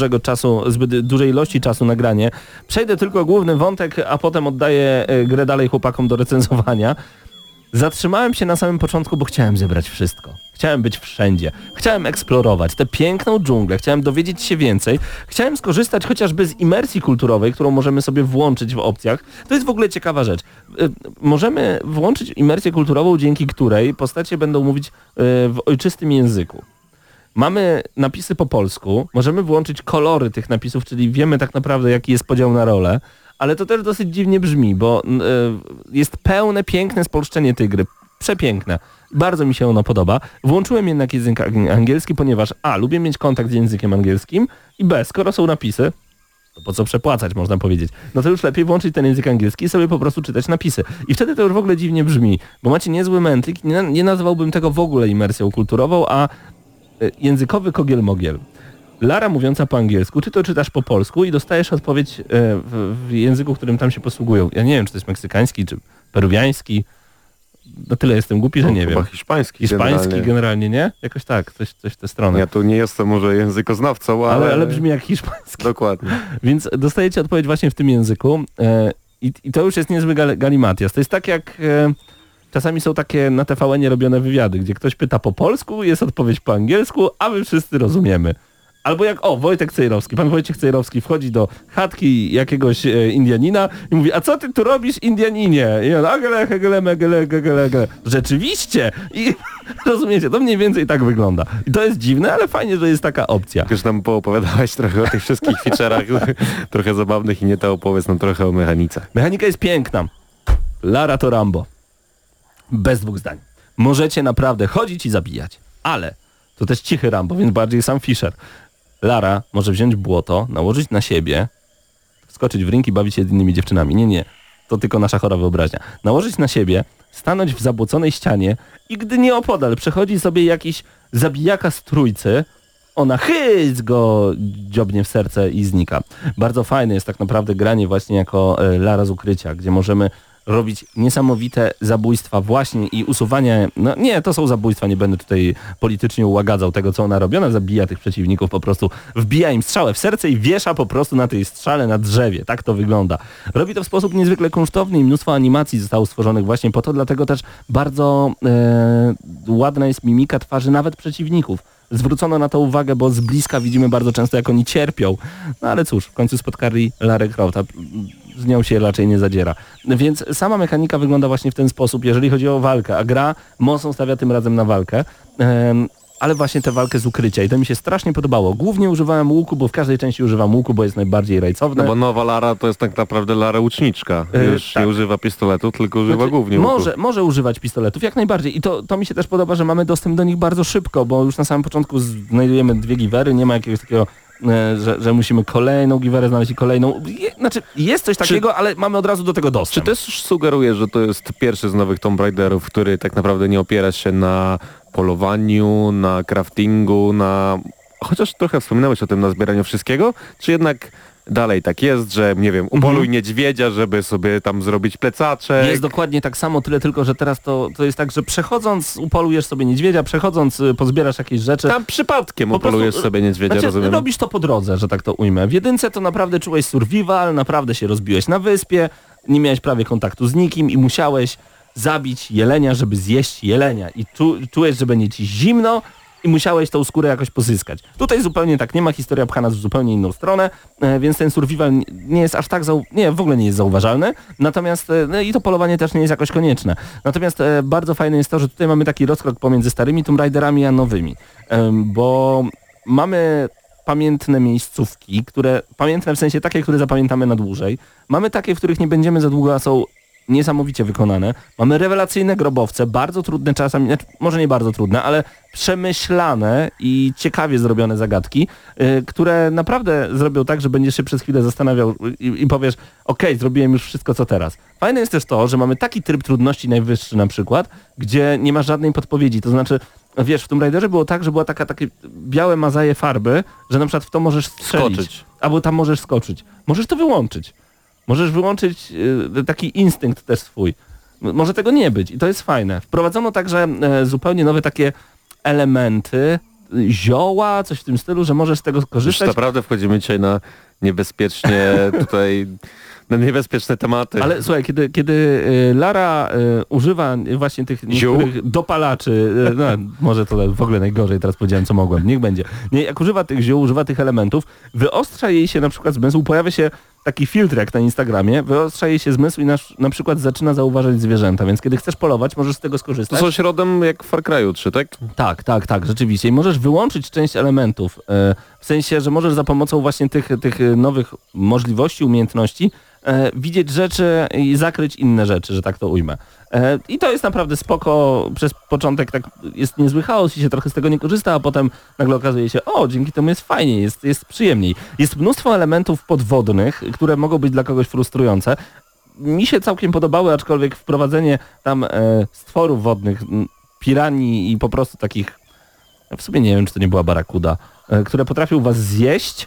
zbyt dużej ilości czasu na granie, przejdę tylko główny wątek, a potem oddaję grę dalej chłopakom do recenzowania, zatrzymałem się na samym początku, bo chciałem zebrać wszystko. Chciałem być wszędzie. Chciałem eksplorować tę piękną dżunglę. Chciałem dowiedzieć się więcej. Chciałem skorzystać chociażby z imersji kulturowej, którą możemy sobie włączyć w opcjach. To jest w ogóle ciekawa rzecz. Możemy włączyć imersję kulturową, dzięki której postacie będą mówić w ojczystym języku. Mamy napisy po polsku, możemy włączyć kolory tych napisów, czyli wiemy tak naprawdę, jaki jest podział na role, ale to też dosyć dziwnie brzmi, bo jest pełne, piękne spolszczenie tej gry. Przepiękne. Bardzo mi się ono podoba. Włączyłem jednak język angielski, ponieważ lubię mieć kontakt z językiem angielskim i skoro są napisy, to po co przepłacać, można powiedzieć. No to już lepiej włączyć ten język angielski i sobie po prostu czytać napisy. I wtedy to już w ogóle dziwnie brzmi, bo macie niezły mętlik, nie nazwałbym tego w ogóle imersją kulturową, a językowy kogiel-mogiel. Lara mówiąca po angielsku, ty to czytasz po polsku i dostajesz odpowiedź w języku, którym tam się posługują. Ja nie wiem, czy to jest meksykański, czy peruwiański. Na tyle jestem głupi, że nie wiem. Chyba hiszpański generalnie, nie? Jakoś tak, coś w tę stronę. Ja tu nie jestem może językoznawcą, ale brzmi jak hiszpański. Dokładnie. Więc dostajecie odpowiedź właśnie w tym języku i to już jest niezły galimatias. To jest tak jak... Czasami są takie na TVN-ie robione wywiady, gdzie ktoś pyta po polsku, jest odpowiedź po angielsku, a my wszyscy rozumiemy. Albo jak, Wojtek Cejrowski, pan Wojciech Cejrowski wchodzi do chatki jakiegoś Indianina i mówi, a co ty tu robisz, Indianinie? I on, agele. Rzeczywiście! I rozumiecie, to mniej więcej tak wygląda. I to jest dziwne, ale fajnie, że jest taka opcja. Już nam poopowiadałeś trochę o tych wszystkich feature'ach, trochę zabawnych i nie to opowiedz nam trochę o mechanice. Mechanika jest piękna. Lara to Rambo. Bez 2 zdań. Możecie naprawdę chodzić i zabijać, ale to też cichy Rambo, więc bardziej sam Fisher. Lara może wziąć błoto, nałożyć na siebie, wskoczyć w ring i bawić się z innymi dziewczynami. Nie. To tylko nasza chora wyobraźnia. Nałożyć na siebie, stanąć w zabłoconej ścianie i gdy nieopodal przechodzi sobie jakiś zabijaka z trójcy, ona go dziobnie w serce i znika. Bardzo fajne jest tak naprawdę granie właśnie jako Lara z ukrycia, gdzie możemy robić niesamowite zabójstwa właśnie i usuwanie, to są zabójstwa, nie będę tutaj politycznie ułagadzał tego, co ona robi, ona zabija tych przeciwników, po prostu wbija im strzałę w serce i wiesza po prostu na tej strzale na drzewie, tak to wygląda. Robi to w sposób niezwykle kunsztowny i mnóstwo animacji zostało stworzonych właśnie po to, dlatego też bardzo ładna jest mimika twarzy nawet przeciwników. zwrócono na to uwagę, bo z bliska widzimy bardzo często, jak oni cierpią. No ale cóż, w końcu spotkali Larę Croft, a z nią się raczej nie zadziera. Więc sama mechanika wygląda właśnie w ten sposób, jeżeli chodzi o walkę, a gra mocno stawia tym razem na walkę. Ale właśnie tę walkę z ukrycia i to mi się strasznie podobało. Głównie używałem łuku, bo w każdej części używam łuku, bo jest najbardziej rajcowne. No bo nowa Lara to jest tak naprawdę Lara łuczniczka. Już tak. nie używa pistoletu, tylko używa głównie łuku. Może używać pistoletów, jak najbardziej. I to mi się też podoba, że mamy dostęp do nich bardzo szybko, bo już na samym początku znajdujemy 2 giwery, nie ma jakiegoś takiego, że musimy kolejną giwerę znaleźć i kolejną. Znaczy jest coś takiego, ale mamy od razu do tego Czy dostęp. też sugeruje, że to jest pierwszy z nowych Tomb Raiderów, który tak naprawdę nie opiera się na polowaniu, na craftingu, chociaż trochę wspominałeś o tym, na zbieraniu wszystkiego, czy jednak dalej tak jest, że nie wiem, upoluj niedźwiedzia, żeby sobie tam zrobić plecaczek? Jest dokładnie tak samo, tyle tylko, że teraz to jest tak, że przechodząc upolujesz sobie niedźwiedzia, przechodząc pozbierasz jakieś rzeczy. Tam przypadkiem Po prostu, upolujesz sobie niedźwiedzia, znaczy, rozumiem? robisz to po drodze, że tak to ujmę. W jedynce to naprawdę czułeś survival, naprawdę się rozbiłeś na wyspie, nie miałeś prawie kontaktu z nikim i musiałeś zabić jelenia, żeby zjeść jelenia. I czułeś, że będzie ci zimno i musiałeś tą skórę jakoś pozyskać. Tutaj zupełnie tak nie ma, historia pcha nas w zupełnie inną stronę, więc ten survival nie jest aż tak, w ogóle nie jest zauważalny, natomiast i to polowanie też nie jest jakoś konieczne. Natomiast bardzo fajne jest to, że tutaj mamy taki rozkrok pomiędzy starymi Tomb Raiderami a nowymi, bo mamy pamiętne miejscówki, pamiętne w sensie takie, które zapamiętamy na dłużej. Mamy takie, w których nie będziemy za długo, a są niesamowicie wykonane. Mamy rewelacyjne grobowce, bardzo trudne czasami, może nie bardzo trudne, ale przemyślane i ciekawie zrobione zagadki, które naprawdę zrobią tak, że będziesz się przez chwilę zastanawiał i powiesz, okej, zrobiłem już wszystko, co teraz. Fajne jest też to, że mamy taki tryb trudności najwyższy na przykład, gdzie nie ma żadnej podpowiedzi, to znaczy wiesz, w Tomb Raiderze było tak, że była takie białe mazaje farby, że na przykład w to możesz strzelić. Skoczyć. Albo tam możesz skoczyć. Możesz to wyłączyć. Możesz wyłączyć taki instynkt też swój. Może tego nie być i to jest fajne. Wprowadzono także zupełnie nowe takie elementy, zioła, coś w tym stylu, że możesz z tego Już skorzystać. naprawdę wchodzimy dzisiaj na niebezpieczne tematy. Ale słuchaj, kiedy Lara używa właśnie tych niektórych dopalaczy, może to w ogóle najgorzej, teraz powiedziałem co mogłem, niech będzie. Nie, jak używa tych ziół, używa tych elementów, wyostrza jej się na przykład zmysł, pojawia się taki filtr jak na Instagramie, wyostrza jej się zmysł i na przykład zaczyna zauważać zwierzęta, więc kiedy chcesz polować, możesz z tego skorzystać. To są środem jak w Far Cry'u 3, tak? Tak, rzeczywiście. I możesz wyłączyć część elementów, w sensie, że możesz za pomocą właśnie tych nowych możliwości, umiejętności widzieć rzeczy i zakryć inne rzeczy, że tak to ujmę. I to jest naprawdę spoko. Przez początek tak jest niezły chaos i się trochę z tego nie korzysta, a potem nagle okazuje się, dzięki temu jest fajniej, jest przyjemniej. Jest mnóstwo elementów podwodnych, które mogą być dla kogoś frustrujące. Mi się całkiem podobały, aczkolwiek wprowadzenie tam stworów wodnych, piranii i po prostu takich, w sumie nie wiem, czy to nie była barakuda, które potrafią was zjeść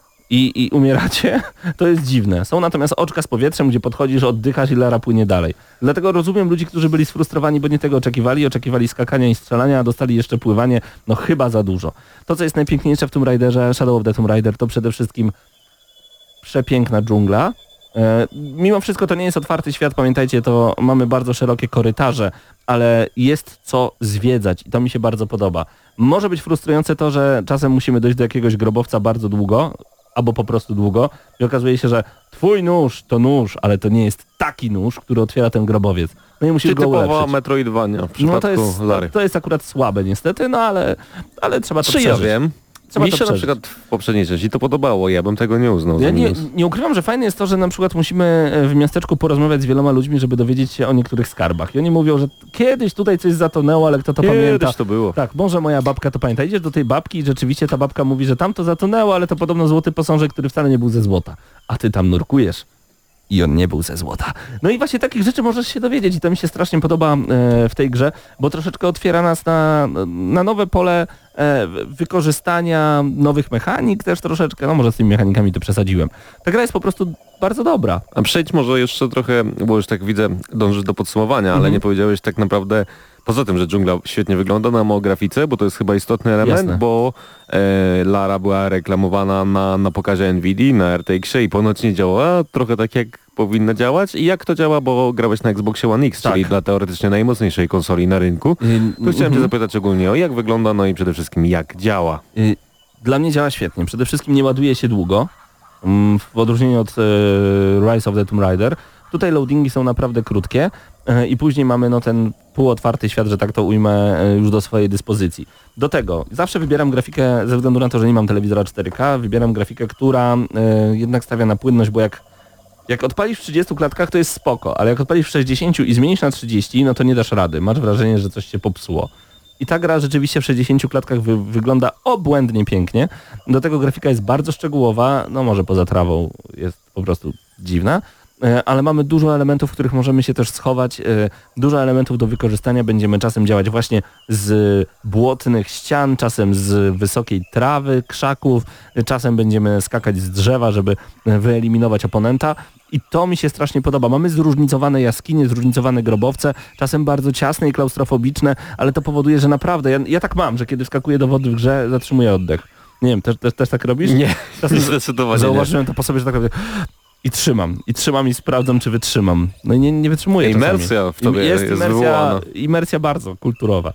i umieracie, to jest dziwne. Są natomiast oczka z powietrzem, gdzie podchodzisz, oddychasz i Lara płynie dalej. Dlatego rozumiem ludzi, którzy byli sfrustrowani, bo nie tego oczekiwali skakania i strzelania, a dostali jeszcze pływanie, chyba za dużo. To, co jest najpiękniejsze w Tomb Raiderze, Shadow of the Tomb Raider, to przede wszystkim przepiękna dżungla. Mimo wszystko to nie jest otwarty świat, pamiętajcie, to mamy bardzo szerokie korytarze, ale jest co zwiedzać i to mi się bardzo podoba. Może być frustrujące to, że czasem musimy dojść do jakiegoś grobowca bardzo długo, albo po prostu długo i okazuje się, że twój nóż to nóż, ale to nie jest taki nóż, który otwiera ten grobowiec. No i musisz Czyli go typowa ulepszyć. Metroidvania w przypadku Lary. To jest akurat słabe niestety, ale trzeba to Czy przeżyć. ja wiem? Trzeba Mi to się na przeżyć. przykład w poprzedniej części to podobało, ja bym tego nie uznał Ja za minus. nie ukrywam, że fajne jest to, że na przykład musimy w miasteczku porozmawiać z wieloma ludźmi, żeby dowiedzieć się o niektórych skarbach. I oni mówią, że kiedyś tutaj coś zatonęło, ale kto to pamięta. Kiedyś to było. Tak, może moja babka to pamięta. Idziesz do tej babki i rzeczywiście ta babka mówi, że tam to zatonęło, ale to podobno złoty posążek, który wcale nie był ze złota. A ty tam nurkujesz. I on nie był ze złota. No i właśnie takich rzeczy możesz się dowiedzieć i to mi się strasznie podoba w tej grze, bo troszeczkę otwiera nas na nowe pole wykorzystania nowych mechanik też troszeczkę, może z tymi mechanikami to przesadziłem. Ta gra jest po prostu bardzo dobra. A przejdź może jeszcze trochę, bo już tak widzę, dążysz do podsumowania, ale nie powiedziałeś tak naprawdę, poza tym, że dżungla świetnie wygląda, nam o grafice, bo to jest chyba istotny element, Jasne. bo Lara była reklamowana na pokazie Nvidia, na RTX-ie i ponoć nie działała, trochę tak jak powinna działać i jak to działa, bo grałeś na Xboxie One X, Tak. czyli dla teoretycznie najmocniejszej konsoli na rynku. Tu chciałem cię zapytać ogólnie o jak wygląda, no i przede wszystkim jak działa. Dla mnie działa świetnie. Przede wszystkim nie ładuje się długo, w odróżnieniu od Rise of the Tomb Raider. Tutaj loadingi są naprawdę krótkie i później mamy ten półotwarty świat, że tak to ujmę, już do swojej dyspozycji. Do tego zawsze wybieram grafikę, ze względu na to, że nie mam telewizora 4K, wybieram grafikę, która jednak stawia na płynność, bo jak odpalisz w 30 klatkach, to jest spoko, ale jak odpalisz w 60 i zmienisz na 30, no to nie dasz rady. Masz wrażenie, że coś się popsuło. I ta gra rzeczywiście w 60 klatkach wygląda obłędnie pięknie. Do tego grafika jest bardzo szczegółowa, no może poza trawą jest po prostu dziwna, ale mamy dużo elementów, w których możemy się też schować, dużo elementów do wykorzystania. Będziemy czasem działać właśnie z błotnych ścian, czasem z wysokiej trawy, krzaków, czasem będziemy skakać z drzewa, żeby wyeliminować oponenta. I to mi się strasznie podoba. Mamy zróżnicowane jaskinie, zróżnicowane grobowce, czasem bardzo ciasne i klaustrofobiczne, ale to powoduje, że naprawdę, ja tak mam, że kiedy wskakuję do wody w grze, zatrzymuję oddech. Nie wiem, też tak robisz? Nie, Czasem zdecydowanie zauważyłem to po sobie, że tak robię. I trzymam i sprawdzam, czy wytrzymam. No i nie wytrzymuję czasami. Imersja w tobie jest wywołana. Imersja bardzo kulturowa.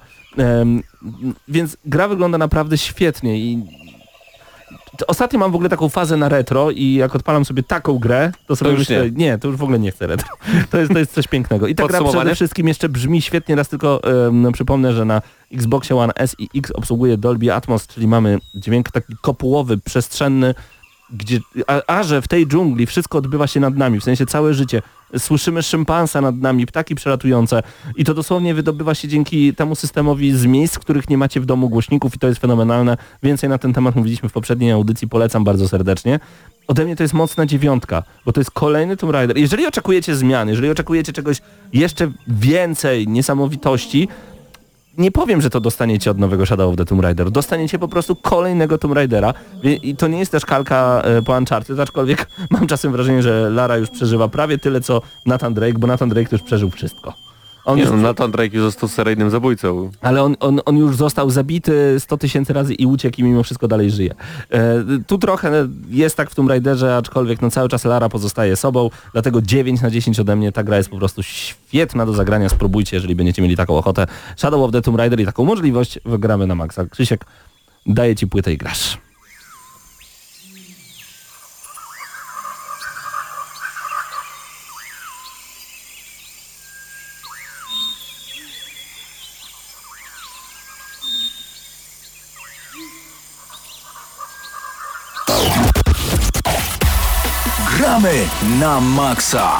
Więc gra wygląda naprawdę świetnie i ostatnio mam w ogóle taką fazę na retro i jak odpalam sobie taką grę, to sobie już myślę, nie, to już w ogóle nie chcę retro. To jest coś pięknego. I ta gra przede wszystkim jeszcze brzmi świetnie, raz tylko przypomnę, że na Xboxie One S i X obsługuje Dolby Atmos, czyli mamy dźwięk taki kopułowy, przestrzenny, gdzie, że w tej dżungli wszystko odbywa się nad nami, w sensie całe życie. Słyszymy szympansa nad nami, ptaki przelatujące i to dosłownie wydobywa się dzięki temu systemowi z miejsc, w których nie macie w domu głośników i to jest fenomenalne. Więcej na ten temat mówiliśmy w poprzedniej audycji, polecam bardzo serdecznie. Ode mnie to jest mocna 9, bo to jest kolejny Tomb Raider. Jeżeli oczekujecie zmian, jeżeli oczekujecie czegoś jeszcze więcej, niesamowitości, nie powiem, że to dostaniecie od nowego Shadow of the Tomb Raider. Dostaniecie po prostu kolejnego Tomb Raidera i to nie jest też kalka po Uncharted, aczkolwiek mam czasem wrażenie, że Lara już przeżywa prawie tyle, co Nathan Drake, bo Nathan Drake już przeżył wszystko. Nathan Drake już został seryjnym zabójcą. Ale on już został zabity 100 000 razy i uciekł i mimo wszystko dalej żyje. Tu trochę jest tak w Tomb Raiderze, aczkolwiek cały czas Lara pozostaje sobą, dlatego 9/10 ode mnie. Ta gra jest po prostu świetna do zagrania, spróbujcie, jeżeli będziecie mieli taką ochotę. Shadow of the Tomb Raider i taką możliwość wygramy na maksa. Krzysiek, daję ci płytę i grasz. Gramy na maksa.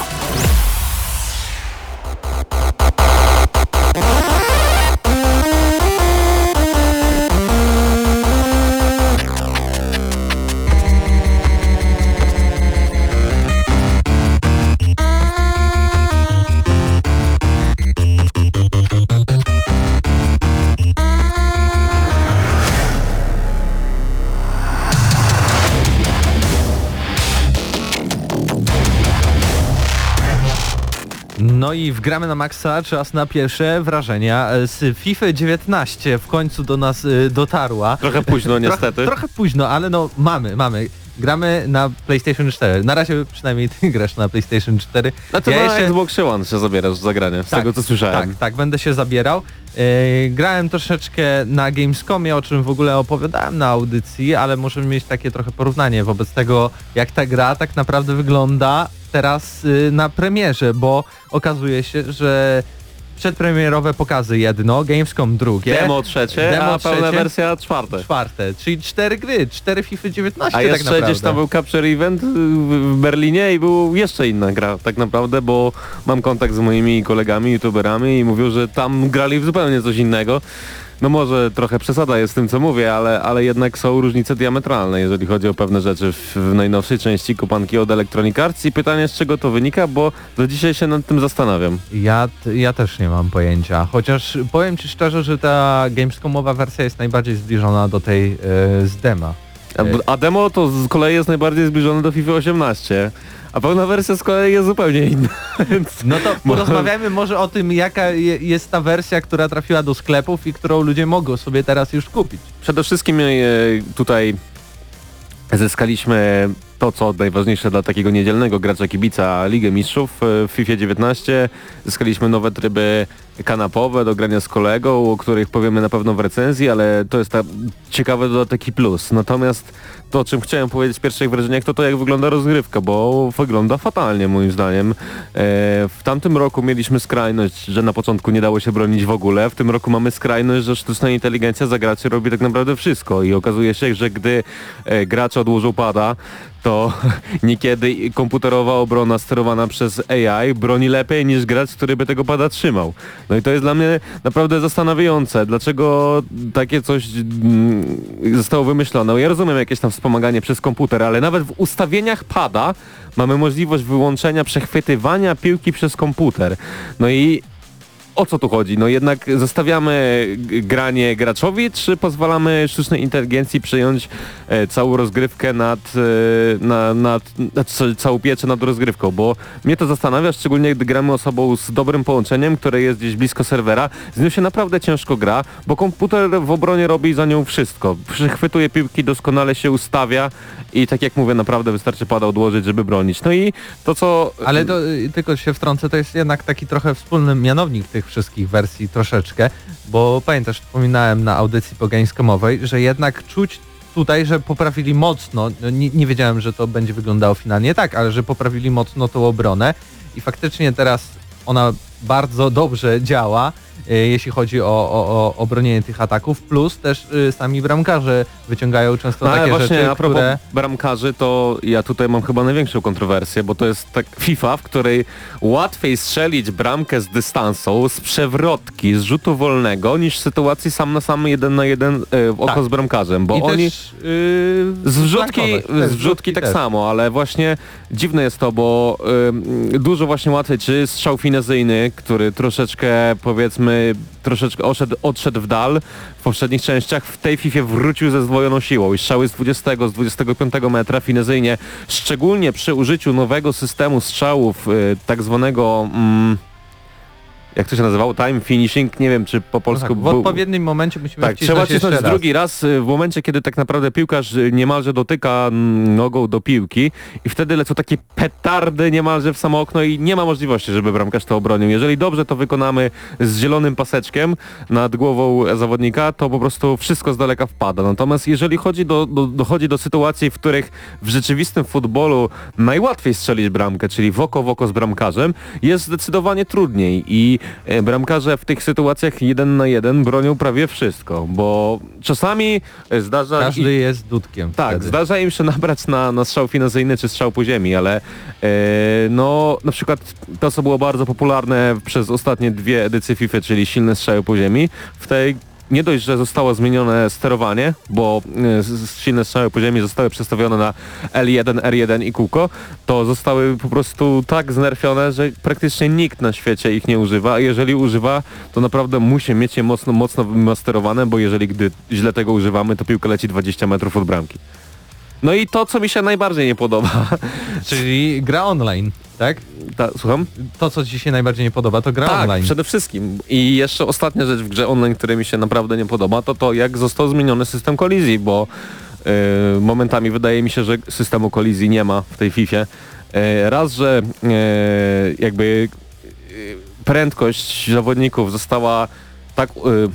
No i wgramy na maksa, czas na pierwsze wrażenia z FIFA 19. W końcu do nas dotarła. Trochę późno niestety. Trochę późno, ale no mamy. Gramy na PlayStation 4. Na razie przynajmniej ty grasz na PlayStation 4. A to na Xbox One się zabierasz w zagranie, z tego co słyszałem. Tak, będę się zabierał. Grałem troszeczkę na Gamescomie, o czym w ogóle opowiadałem na audycji, ale możemy mieć takie trochę porównanie wobec tego, jak ta gra tak naprawdę wygląda teraz na premierze, bo okazuje się, że przedpremierowe pokazy jedno, Gamescom drugie. Demo trzecie, a pełna wersja czwarte. Czyli 4 gry, 4 FIFA 19 a tak jeszcze naprawdę. gdzieś tam był Capture Event w Berlinie i był jeszcze inna gra tak naprawdę, bo mam kontakt z moimi kolegami, youtuberami i mówią, że tam grali w zupełnie coś innego. No może trochę przesada jest z tym co mówię, ale jednak są różnice diametralne, jeżeli chodzi o pewne rzeczy w najnowszej części kopanki od Electronic Arts i pytanie z czego to wynika, bo do dzisiaj się nad tym zastanawiam. Ja też nie mam pojęcia, chociaż powiem ci szczerze, że ta Gamescomowa wersja jest najbardziej zbliżona do tej z dema. A demo to z kolei jest najbardziej zbliżone do FIFA 18. A pełna wersja z kolei jest zupełnie inna. Więc no to porozmawiajmy może o tym, jaka jest ta wersja, która trafiła do sklepów i którą ludzie mogą sobie teraz już kupić. Przede wszystkim tutaj zyskaliśmy to, co najważniejsze dla takiego niedzielnego gracza kibica Ligę Mistrzów, w FIFA 19 zyskaliśmy nowe tryby kanapowe do grania z kolegą, o których powiemy na pewno w recenzji, ale to jest ciekawy dodatek i plus. Natomiast to, o czym chciałem powiedzieć w pierwszych wrażeniach, to jak wygląda rozgrywka, bo wygląda fatalnie moim zdaniem. W tamtym roku mieliśmy skrajność, że na początku nie dało się bronić w ogóle. W tym roku mamy skrajność, że sztuczna inteligencja za graczy robi tak naprawdę wszystko i okazuje się, że gdy gracz odłożył pada, to niekiedy komputerowa obrona sterowana przez AI broni lepiej niż gracz, który by tego pada trzymał. No i to jest dla mnie naprawdę zastanawiające, dlaczego takie coś zostało wymyślone. Ja rozumiem jakieś tam wspomaganie przez komputer, ale nawet w ustawieniach pada mamy możliwość wyłączenia przechwytywania piłki przez komputer. No i o co tu chodzi? No jednak zostawiamy granie graczowi, czy pozwalamy sztucznej inteligencji przejąć całą rozgrywkę całą pieczę nad rozgrywką? Bo mnie to zastanawia, szczególnie gdy gramy osobą z dobrym połączeniem, które jest gdzieś blisko serwera. Z nią się naprawdę ciężko gra, bo komputer w obronie robi za nią wszystko. Przechwytuje piłki, doskonale się ustawia i tak jak mówię, naprawdę wystarczy pada odłożyć, żeby bronić. No i to, co... Ale to, tylko się wtrącę, to jest jednak taki trochę wspólny mianownik tych wszystkich wersji troszeczkę, bo pamiętasz, wspominałem na audycji po Gamescomowej, że jednak czuć tutaj, że poprawili mocno, no nie wiedziałem, że to będzie wyglądało finalnie tak, ale że poprawili mocno tą obronę i faktycznie teraz ona bardzo dobrze działa, jeśli chodzi o bronienie tych ataków, plus też sami bramkarze wyciągają często takie właśnie, rzeczy, a propos które... bramkarzy, to ja tutaj mam chyba największą kontrowersję, bo to jest tak FIFA, w której łatwiej strzelić bramkę z dystansu, z przewrotki, z rzutu wolnego, niż w sytuacji sam na sam 1 na 1 w oko Tak. z bramkarzem, bo I oni... też, Z wrzutki tak też. samo, ale właśnie dziwne jest to, bo dużo właśnie łatwiej, czy strzał finezyjny, który troszeczkę powiedzmy odszedł w dal w poprzednich częściach, w tej FIFA wrócił ze zdwojoną siłą i strzały z 20, z 25 metra finezyjnie, szczególnie przy użyciu nowego systemu strzałów tak zwanego... jak to się nazywało? Time finishing? Nie wiem, czy po polsku... No tak, w odpowiednim momencie musimy Tak, wcisnąć trzeba cisnąć jeszcze raz. drugi raz w momencie, kiedy tak naprawdę piłkarz niemalże dotyka nogą do piłki i wtedy lecą takie petardy niemalże w samo okno i nie ma możliwości, żeby bramkarz to obronił. Jeżeli dobrze to wykonamy z zielonym paseczkiem nad głową zawodnika, to po prostu wszystko z daleka wpada. Natomiast jeżeli dochodzi do sytuacji, w których w rzeczywistym futbolu najłatwiej strzelić bramkę, czyli w oko z bramkarzem, jest zdecydowanie trudniej i bramkarze w tych sytuacjach 1 na 1 bronią prawie wszystko, bo czasami zdarza... Każdy jest dudkiem. Tak, wtedy. zdarza im się nabrać na strzał finezyjny czy strzał po ziemi, ale no na przykład to, co było bardzo popularne przez ostatnie 2 edycje FIFA, czyli silne strzały po ziemi, w tej nie dość, że zostało zmienione sterowanie, bo silne strzały po ziemi zostały przestawione na L1, R1 i kółko, to zostały po prostu tak znerfione, że praktycznie nikt na świecie ich nie używa, a jeżeli używa, to naprawdę musi mieć je mocno wymasterowane, bo gdy źle tego używamy, to piłka leci 20 metrów od bramki. No i to, co mi się najbardziej nie podoba. Czyli gra online, tak? Słucham? To, co ci się najbardziej nie podoba, to gra Tak, online. przede wszystkim. I jeszcze ostatnia rzecz w grze online, która mi się naprawdę nie podoba, to jak został zmieniony system kolizji, bo momentami wydaje mi się, że systemu kolizji nie ma w tej Fifie. Raz, że jakby prędkość zawodników została tak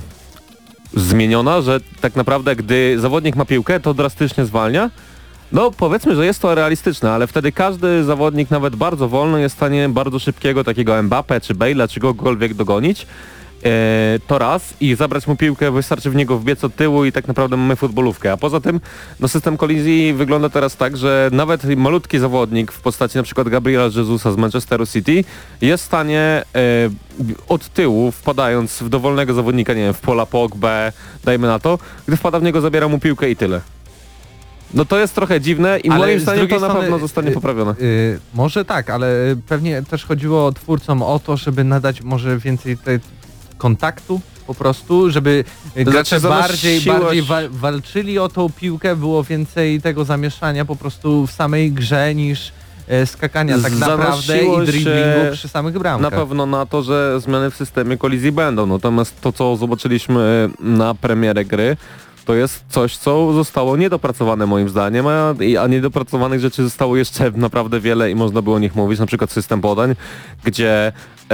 zmieniona, że tak naprawdę gdy zawodnik ma piłkę, to drastycznie zwalnia. No powiedzmy, że jest to realistyczne, ale wtedy każdy zawodnik, nawet bardzo wolny, jest w stanie bardzo szybkiego takiego Mbappé czy Bale'a czy kogokolwiek dogonić. To raz i zabrać mu piłkę, wystarczy w niego wbiec od tyłu i tak naprawdę mamy futbolówkę. A poza tym no, system kolizji wygląda teraz tak, że nawet malutki zawodnik w postaci na przykład Gabriela Jesusa z Manchesteru City jest w stanie od tyłu, wpadając w dowolnego zawodnika, nie wiem, w Paula Pogbę, dajmy na to, gdy wpada w niego, zabiera mu piłkę i tyle. No to jest trochę dziwne i Ale moim z zdaniem drugiej to na strony, pewno zostanie poprawione. Może tak, ale pewnie też chodziło twórcom o to, żeby nadać może więcej kontaktu po prostu, żeby gracze bardziej walczyli o tą piłkę, było więcej tego zamieszania po prostu w samej grze niż skakania tak naprawdę i driblingu przy samych bramkach. Na pewno na to, że zmiany w systemie kolizji będą, natomiast to, co zobaczyliśmy na premierę gry, to jest coś, co zostało niedopracowane moim zdaniem, a niedopracowanych rzeczy zostało jeszcze naprawdę wiele i można było o nich mówić, na przykład system podań, gdzie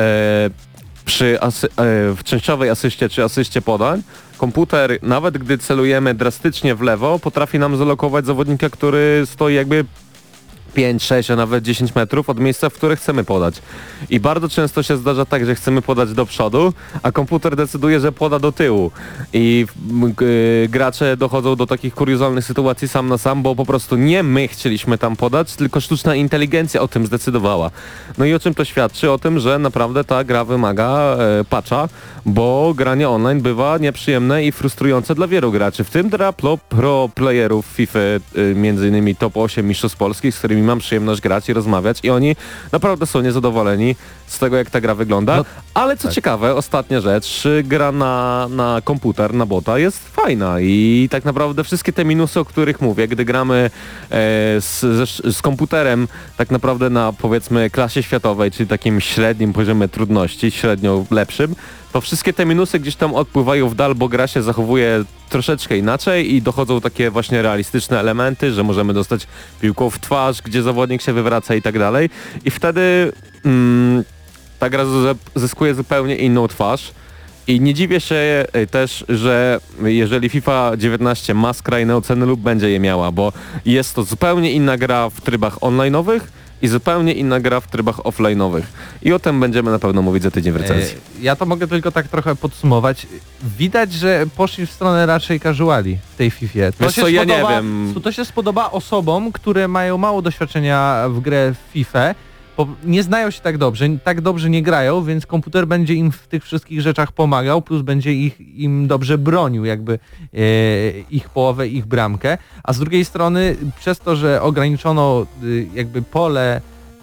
w częściowej asyście czy asyście podań komputer, nawet gdy celujemy drastycznie w lewo, potrafi nam zalokować zawodnika, który stoi jakby 5, 6, a nawet 10 metrów od miejsca, w które chcemy podać. I bardzo często się zdarza tak, że chcemy podać do przodu, a komputer decyduje, że poda do tyłu. I gracze dochodzą do takich kuriozalnych sytuacji sam na sam, bo po prostu nie my chcieliśmy tam podać, tylko sztuczna inteligencja o tym zdecydowała. No i o czym to świadczy? O tym, że naprawdę ta gra wymaga patcha, bo granie online bywa nieprzyjemne i frustrujące dla wielu graczy, w tym dla pro playerów FIFA, między innymi top 8 mistrzostw polskich, z którymi mam przyjemność grać i rozmawiać i oni naprawdę są niezadowoleni z tego, jak ta gra wygląda. Ale co ciekawe, ostatnia rzecz, gra na komputer, na bota jest fajna i tak naprawdę wszystkie te minusy, o których mówię, gdy gramy z komputerem tak naprawdę na, powiedzmy, klasie światowej, czyli takim średnim poziomie trudności, średnio lepszym, to wszystkie te minusy gdzieś tam odpływają w dal, bo gra się zachowuje troszeczkę inaczej i dochodzą takie właśnie realistyczne elementy, że możemy dostać piłką w twarz, gdzie zawodnik się wywraca i tak dalej. I wtedy ta gra zyskuje zupełnie inną twarz. I nie dziwię się też, że jeżeli FIFA 19 ma skrajne oceny lub będzie je miała, bo jest to zupełnie inna gra w trybach online'owych i zupełnie inna gra w trybach offline'owych. I o tym będziemy na pewno mówić za tydzień w recenzji. Ja to mogę tylko tak trochę podsumować. Widać, że poszli w stronę raczej casuali w tej Fifie. Ja nie wiem. To się spodoba osobom, które mają mało doświadczenia w grę w FIFA, bo nie znają się tak dobrze nie grają, więc komputer będzie im w tych wszystkich rzeczach pomagał, plus będzie im dobrze bronił jakby ich połowę, ich bramkę, a z drugiej strony przez to, że ograniczono jakby pole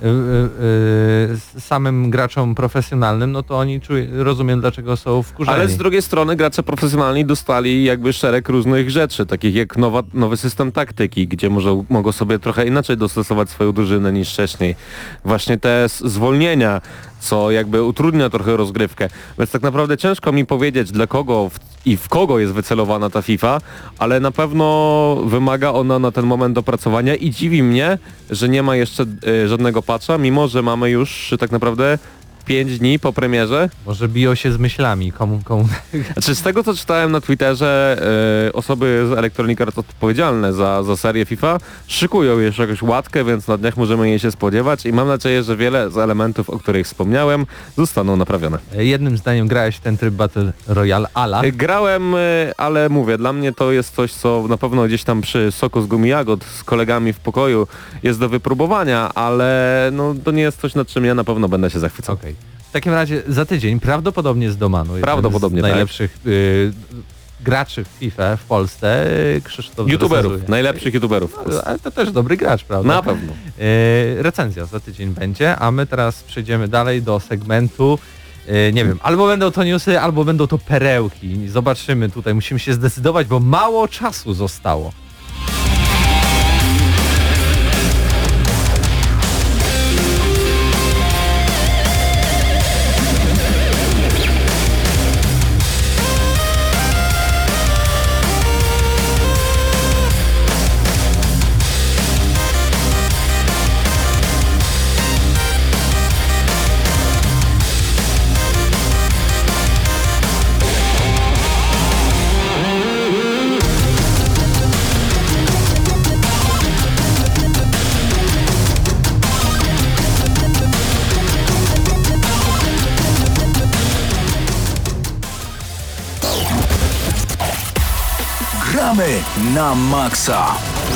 samym graczom profesjonalnym, no to oni rozumiem, dlaczego są wkurzeni. Ale z drugiej strony gracze profesjonalni dostali jakby szereg różnych rzeczy, takich jak nowy system taktyki, gdzie mogą sobie trochę inaczej dostosować swoją drużynę niż wcześniej. Właśnie te zwolnienia, co jakby utrudnia trochę rozgrywkę. Więc tak naprawdę ciężko mi powiedzieć, dla kogo i w kogo jest wycelowana ta FIFA, ale na pewno wymaga ona na ten moment dopracowania i dziwi mnie, że nie ma jeszcze żadnego patcha, mimo że mamy już tak naprawdę 5 dni po premierze. Może biją się z myślami, komu. Znaczy z tego, co czytałem na Twitterze, osoby z Electronic Arts odpowiedzialne za serię FIFA szykują jeszcze jakąś łatkę, więc na dniach możemy jej się spodziewać i mam nadzieję, że wiele z elementów, o których wspomniałem, zostaną naprawione. Jednym zdaniem grałeś w ten tryb Battle Royale ala? Grałem, ale mówię, dla mnie to jest coś, co na pewno gdzieś tam przy soku z gumi jagód z kolegami w pokoju jest do wypróbowania, ale no, to nie jest coś, nad czym ja na pewno będę się zachwycał. Okay. W takim razie za tydzień prawdopodobnie z Domanu. Prawdopodobnie z najlepszych graczy w FIFA w Polsce, Krzysztof YouTuberów, najlepszych YouTuberów. Ale to też dobry gracz, prawda? Na pewno. Recenzja za tydzień będzie, a my teraz przejdziemy dalej do segmentu, nie wiem, albo będą to newsy, albo będą to perełki. Zobaczymy tutaj, musimy się zdecydować, bo mało czasu zostało. Gramy na maksa.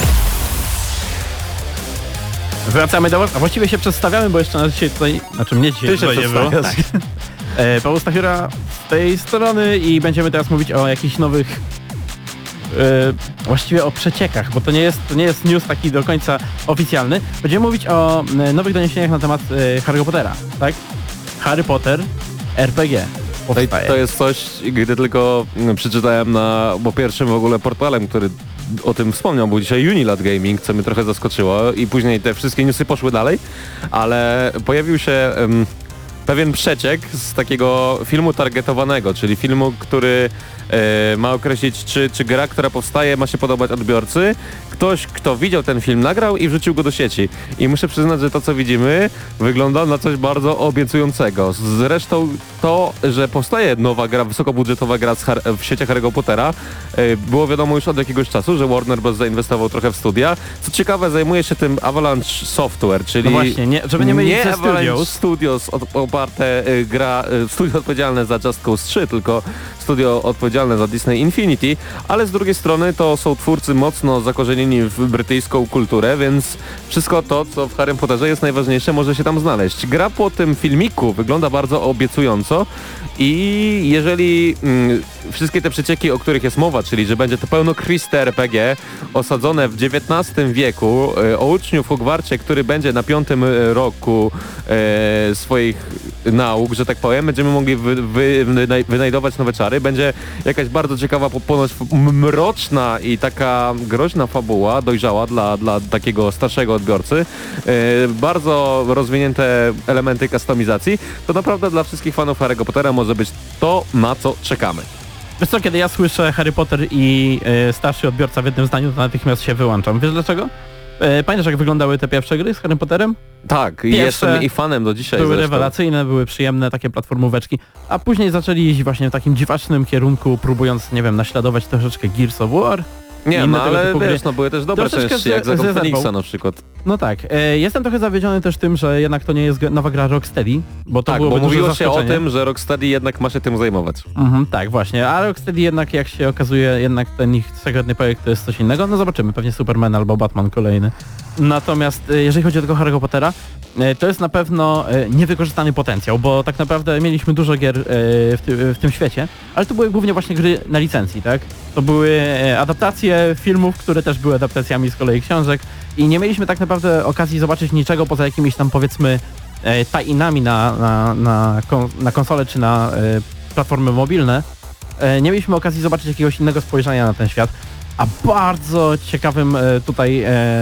Wracamy do was, a właściwie się przedstawiamy, bo jeszcze na dzisiaj tutaj, znaczy mnie dzisiaj Ty się tutaj nie było. przedstawiasz. Tak. Paweł Stachura z tej strony i będziemy teraz mówić o jakichś nowych, właściwie o przeciekach, bo to nie jest news taki do końca oficjalny. Będziemy mówić o nowych doniesieniach na temat Harry'ego Pottera, tak? Harry Potter RPG. To jest coś, gdy tylko przeczytałem bo pierwszym w ogóle portalem, który o tym wspomniał, był dzisiaj Unilat Gaming, co mnie trochę zaskoczyło i później te wszystkie newsy poszły dalej, ale pojawił się pewien przeciek z takiego filmu targetowanego, czyli filmu, który ma określić, czy gra, która powstaje, ma się podobać odbiorcy. Ktoś, kto widział ten film, nagrał i wrzucił go do sieci. I muszę przyznać, że to, co widzimy, wygląda na coś bardzo obiecującego. Zresztą to, że powstaje nowa gra, wysokobudżetowa gra w sieciach Harry'ego Pottera, było wiadomo już od jakiegoś czasu, że Warner Bros. Zainwestował trochę w studia. Co ciekawe, zajmuje się tym Avalanche Software, czyli... No właśnie, żeby nie mylić ze Avalanche Studios oparte studio odpowiedzialne za Just Cause 3, tylko studio odpowiedzialne za Disney Infinity, ale z drugiej strony to są twórcy mocno zakorzenieni w brytyjską kulturę, więc wszystko to, co w Harrym Potterze jest najważniejsze, może się tam znaleźć. Gra po tym filmiku wygląda bardzo obiecująco i jeżeli wszystkie te przecieki, o których jest mowa, czyli że będzie to pełnokrwiste RPG osadzone w XIX wieku, o uczniu w Hogwarcie, który będzie na 5. roku swoich nauk, że tak powiem, będziemy mogli wynajdować nowe czary, będzie jakaś bardzo ciekawa, ponoć mroczna i taka groźna fabuła, dojrzała dla takiego starszego odbiorcy, bardzo rozwinięte elementy kustomizacji, to naprawdę dla wszystkich fanów Harry'ego Pottera może być to, na co czekamy. Wiesz co, kiedy ja słyszę Harry Potter i starszy odbiorca w jednym zdaniu, to natychmiast się wyłączam. Wiesz dlaczego? Pamiętasz, jak wyglądały te pierwsze gry z Harry Potterem? Tak, i Pierwsze jestem ich fanem do dzisiaj. Były zresztą rewelacyjne, były przyjemne, takie platformóweczki, a później zaczęli iść właśnie w takim dziwacznym kierunku, próbując, nie wiem, naśladować troszeczkę Gears of War. Nie, no ale typu wiesz, no były też dobre Troszeczkę części, jak Zakon zerwał. Feniksa na przykład. No tak, jestem trochę zawiedziony też tym, że jednak to nie jest nowa gra Rocksteady, bo to Tak, byłoby bo mówiło duże się o zaskoczenie. tym, że Rocksteady jednak ma się tym zajmować. Tak, właśnie, a Rocksteady jednak, jak się okazuje, jednak ten ich sekretny projekt to jest coś innego. No zobaczymy, pewnie Superman albo Batman kolejny. Natomiast jeżeli chodzi o tego Harry'ego Pottera, to jest na pewno niewykorzystany potencjał, bo tak naprawdę mieliśmy dużo gier w tym świecie, ale to były głównie właśnie gry na licencji, tak? To były adaptacje filmów, które też były adaptacjami z kolei książek i nie mieliśmy tak naprawdę okazji zobaczyć niczego poza jakimiś tam, powiedzmy, tie-inami na konsole czy na platformy mobilne. Nie mieliśmy okazji zobaczyć jakiegoś innego spojrzenia na ten świat, a bardzo ciekawym tutaj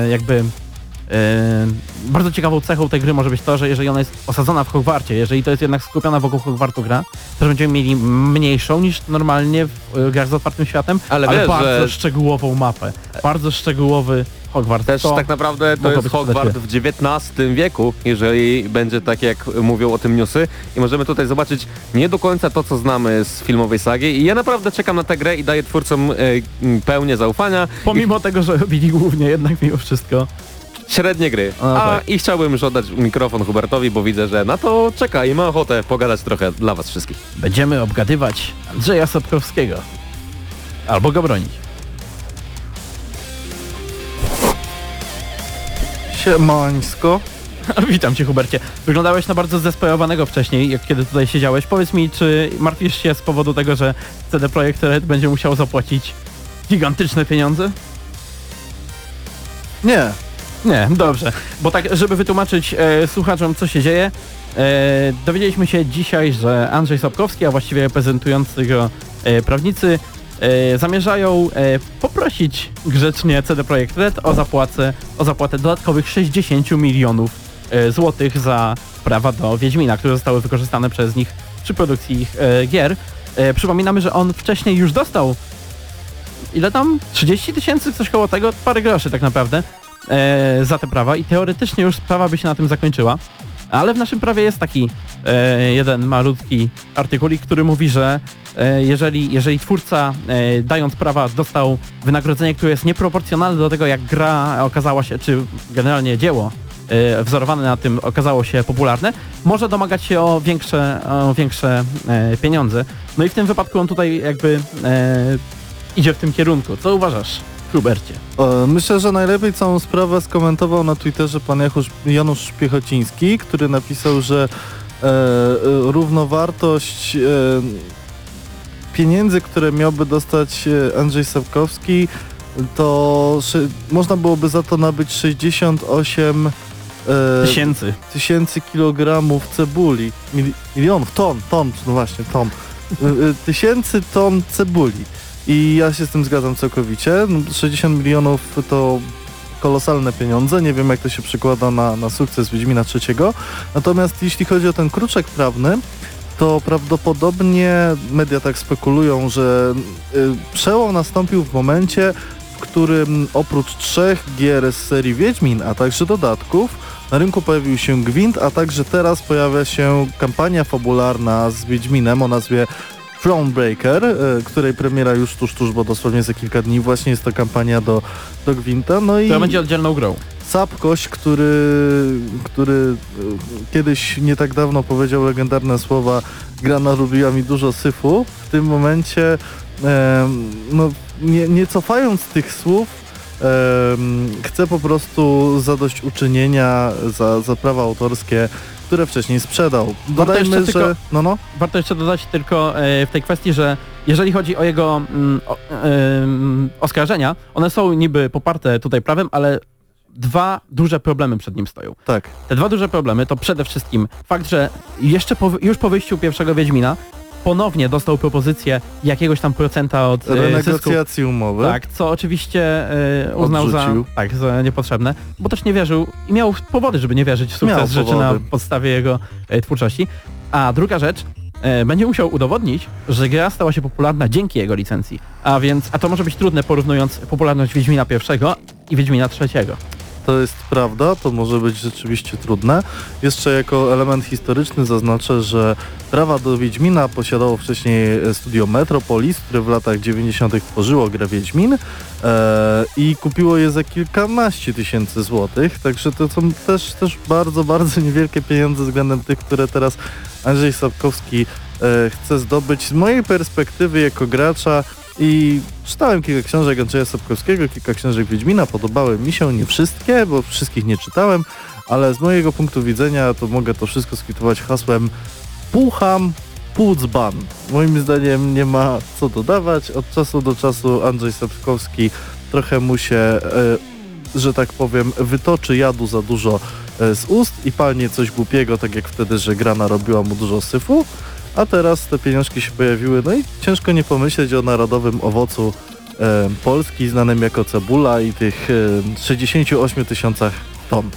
bardzo ciekawą cechą tej gry może być to, że jeżeli ona jest osadzona w Hogwarcie, jeżeli to jest jednak skupiona wokół Hogwartu gra, to będziemy mieli mniejszą niż normalnie w grach z otwartym światem, ale wiesz, bardzo że szczegółową mapę, bardzo szczegółowy Hogwart. też tak naprawdę to mogło jest być Hogwart przede w XIX wieku, jeżeli będzie tak, jak mówią o tym newsy. I możemy tutaj zobaczyć nie do końca to, co znamy z filmowej sagi. I ja naprawdę czekam na tę grę i daję twórcom pełnię zaufania. Pomimo tego, że robili głównie jednak mimo wszystko. Średnie gry. No tak. I chciałbym już oddać mikrofon Hubertowi, bo widzę, że na to czeka i ma ochotę pogadać trochę dla was wszystkich. Będziemy obgadywać Andrzeja Sapkowskiego. Albo go bronić. Siemańsko. Witam cię, Hubercie. Wyglądałeś na bardzo zdesperowanego wcześniej, jak kiedy tutaj siedziałeś. Powiedz mi, czy martwisz się z powodu tego, że CD Projekt Red będzie musiał zapłacić gigantyczne pieniądze? Nie. Nie, dobrze. Bo tak, żeby wytłumaczyć słuchaczom, co się dzieje, dowiedzieliśmy się dzisiaj, że Andrzej Sapkowski, a właściwie reprezentujący go prawnicy, zamierzają poprosić grzecznie CD Projekt Red o zapłatę dodatkowych 60 milionów złotych za prawa do Wiedźmina, które zostały wykorzystane przez nich przy produkcji ich gier. Przypominamy, że on wcześniej już dostał ile tam? 30 tysięcy? Coś koło tego? Parę groszy tak naprawdę za te prawa i teoretycznie już sprawa by się na tym zakończyła. Ale w naszym prawie jest taki jeden malutki artykulik, który mówi, że jeżeli twórca dając prawa dostał wynagrodzenie, które jest nieproporcjonalne do tego, jak gra okazała się, czy generalnie dzieło wzorowane na tym okazało się popularne, może domagać się o większe pieniądze. No i w tym wypadku on tutaj jakby idzie w tym kierunku. Co uważasz, Hubercie? Myślę, że najlepiej całą sprawę skomentował na Twitterze pan Janusz Piechociński, który napisał, że równowartość pieniędzy, które miałby dostać Andrzej Sapkowski, to można byłoby za to nabyć 68 tysięcy kilogramów cebuli, milionów, ton, no właśnie, ton, tysięcy ton cebuli. I ja się z tym zgadzam całkowicie. 60 milionów to kolosalne pieniądze. Nie wiem, jak to się przekłada na sukces Wiedźmina III. Natomiast jeśli chodzi o ten kruczek prawny, to prawdopodobnie media tak spekulują, że przełom nastąpił w momencie, w którym oprócz 3 gier z serii Wiedźmin, a także dodatków, na rynku pojawił się Gwint, a także teraz pojawia się kampania fabularna z Wiedźminem o nazwie Thronebreaker, której premiera już tuż, bo dosłownie za kilka dni właśnie jest to kampania do Gwinta. No i To będzie oddzielną grą. Sapkoś, który kiedyś nie tak dawno powiedział legendarne słowa: gra narobiła mi dużo syfu, w tym momencie nie cofając tych słów, chce po prostu zadośćuczynienia za prawa autorskie, które wcześniej sprzedał. Dodajmy, że... Warto jeszcze dodać tylko w tej kwestii, że jeżeli chodzi o jego oskarżenia, one są niby poparte tutaj prawem, ale 2 duże problemy przed nim stoją. Tak. Te 2 duże problemy to przede wszystkim fakt, że już po wyjściu pierwszego Wiedźmina ponownie dostał propozycję jakiegoś tam procenta od renegocjacji umowy. Tak, co oczywiście uznał za niepotrzebne, bo też nie wierzył i miał powody, żeby nie wierzyć w sukces rzeczy na podstawie jego twórczości. A druga rzecz, będzie musiał udowodnić, że gra stała się popularna dzięki jego licencji. A to może być trudne, porównując popularność Wiedźmina I i Wiedźmina III. To jest prawda, to może być rzeczywiście trudne. Jeszcze jako element historyczny zaznaczę, że prawa do Wiedźmina posiadało wcześniej studio Metropolis, które w latach 90. tworzyło grę Wiedźmin i kupiło je za kilkanaście tysięcy złotych, także to są też bardzo, bardzo niewielkie pieniądze względem tych, które teraz Andrzej Sapkowski chce zdobyć. Z mojej perspektywy jako gracza i czytałem kilka książek Andrzeja Sapkowskiego, kilka książek Wiedźmina, podobały mi się, nie wszystkie, bo wszystkich nie czytałem, ale z mojego punktu widzenia to mogę to wszystko skwitować hasłem pół ham, pół dzban. Moim zdaniem nie ma co dodawać, od czasu do czasu Andrzej Sapkowski trochę mu się, że tak powiem, wytoczy jadu za dużo z ust i palnie coś głupiego, tak jak wtedy, że gra narobiła mu dużo syfu. A teraz te pieniążki się pojawiły, no i ciężko nie pomyśleć o narodowym owocu Polski, znanym jako cebula i tych 68 tysiącach ton.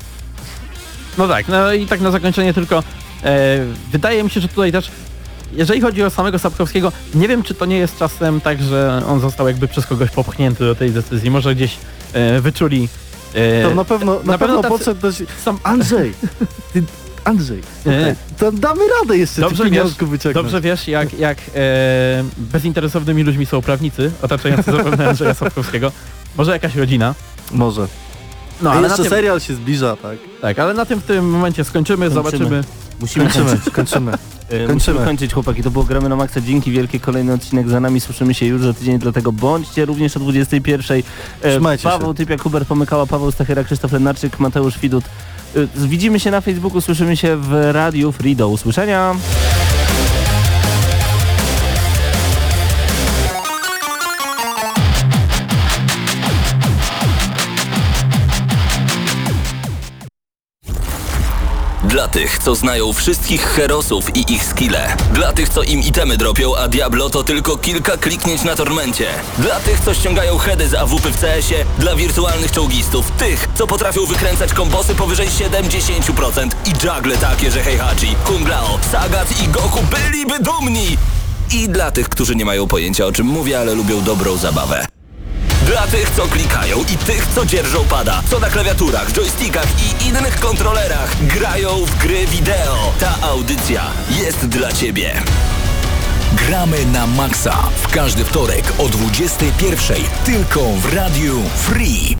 No tak, no i tak na zakończenie tylko wydaje mi się, że tutaj też, jeżeli chodzi o samego Sapkowskiego, nie wiem, czy to nie jest czasem tak, że on został jakby przez kogoś popchnięty do tej decyzji, może gdzieś wyczuli... To na pewno podszedł do... Andrzej! Andrzej, to damy radę jeszcze tych pieniążków wyciągnąć. Dobrze wiesz, jak bezinteresownymi ludźmi są prawnicy otaczający zapewne Andrzeja Sapkowskiego. Może jakaś rodzina. Może. No, ale jeszcze serial się zbliża, tak? Tak, ale na tym w tym momencie skończymy. Zobaczymy. Kończymy. Musimy kończyć, chłopaki. To było Gramy na Maxa. Dzięki wielkie. Kolejny odcinek za nami. Słyszymy się już za tydzień, dlatego bądźcie również o 21:00. Trzymajcie Paweł Typiak, Hubert Pomykała, Paweł Stachyra, Krzysztof Lenarczyk, Mateusz Widut. Widzimy się na Facebooku, słyszymy się w Radiu Free. Do usłyszenia. Dla tych, co znają wszystkich herosów i ich skille. Dla tych, co im itemy dropią, a Diablo to tylko kilka kliknięć na tormencie. Dla tych, co ściągają heady z AWP w CS-ie. Dla wirtualnych czołgistów. Tych, co potrafią wykręcać kombosy powyżej 70% i juggle takie, że Heihachi, Kung Lao, Sagat i Goku byliby dumni. I dla tych, którzy nie mają pojęcia, o czym mówię, ale lubią dobrą zabawę. Dla tych, co klikają i tych, co dzierżą pada, co na klawiaturach, joystickach i innych kontrolerach grają w gry wideo. Ta audycja jest dla Ciebie. Gramy na Maxa w każdy wtorek o 21:00 tylko w Radiu Free.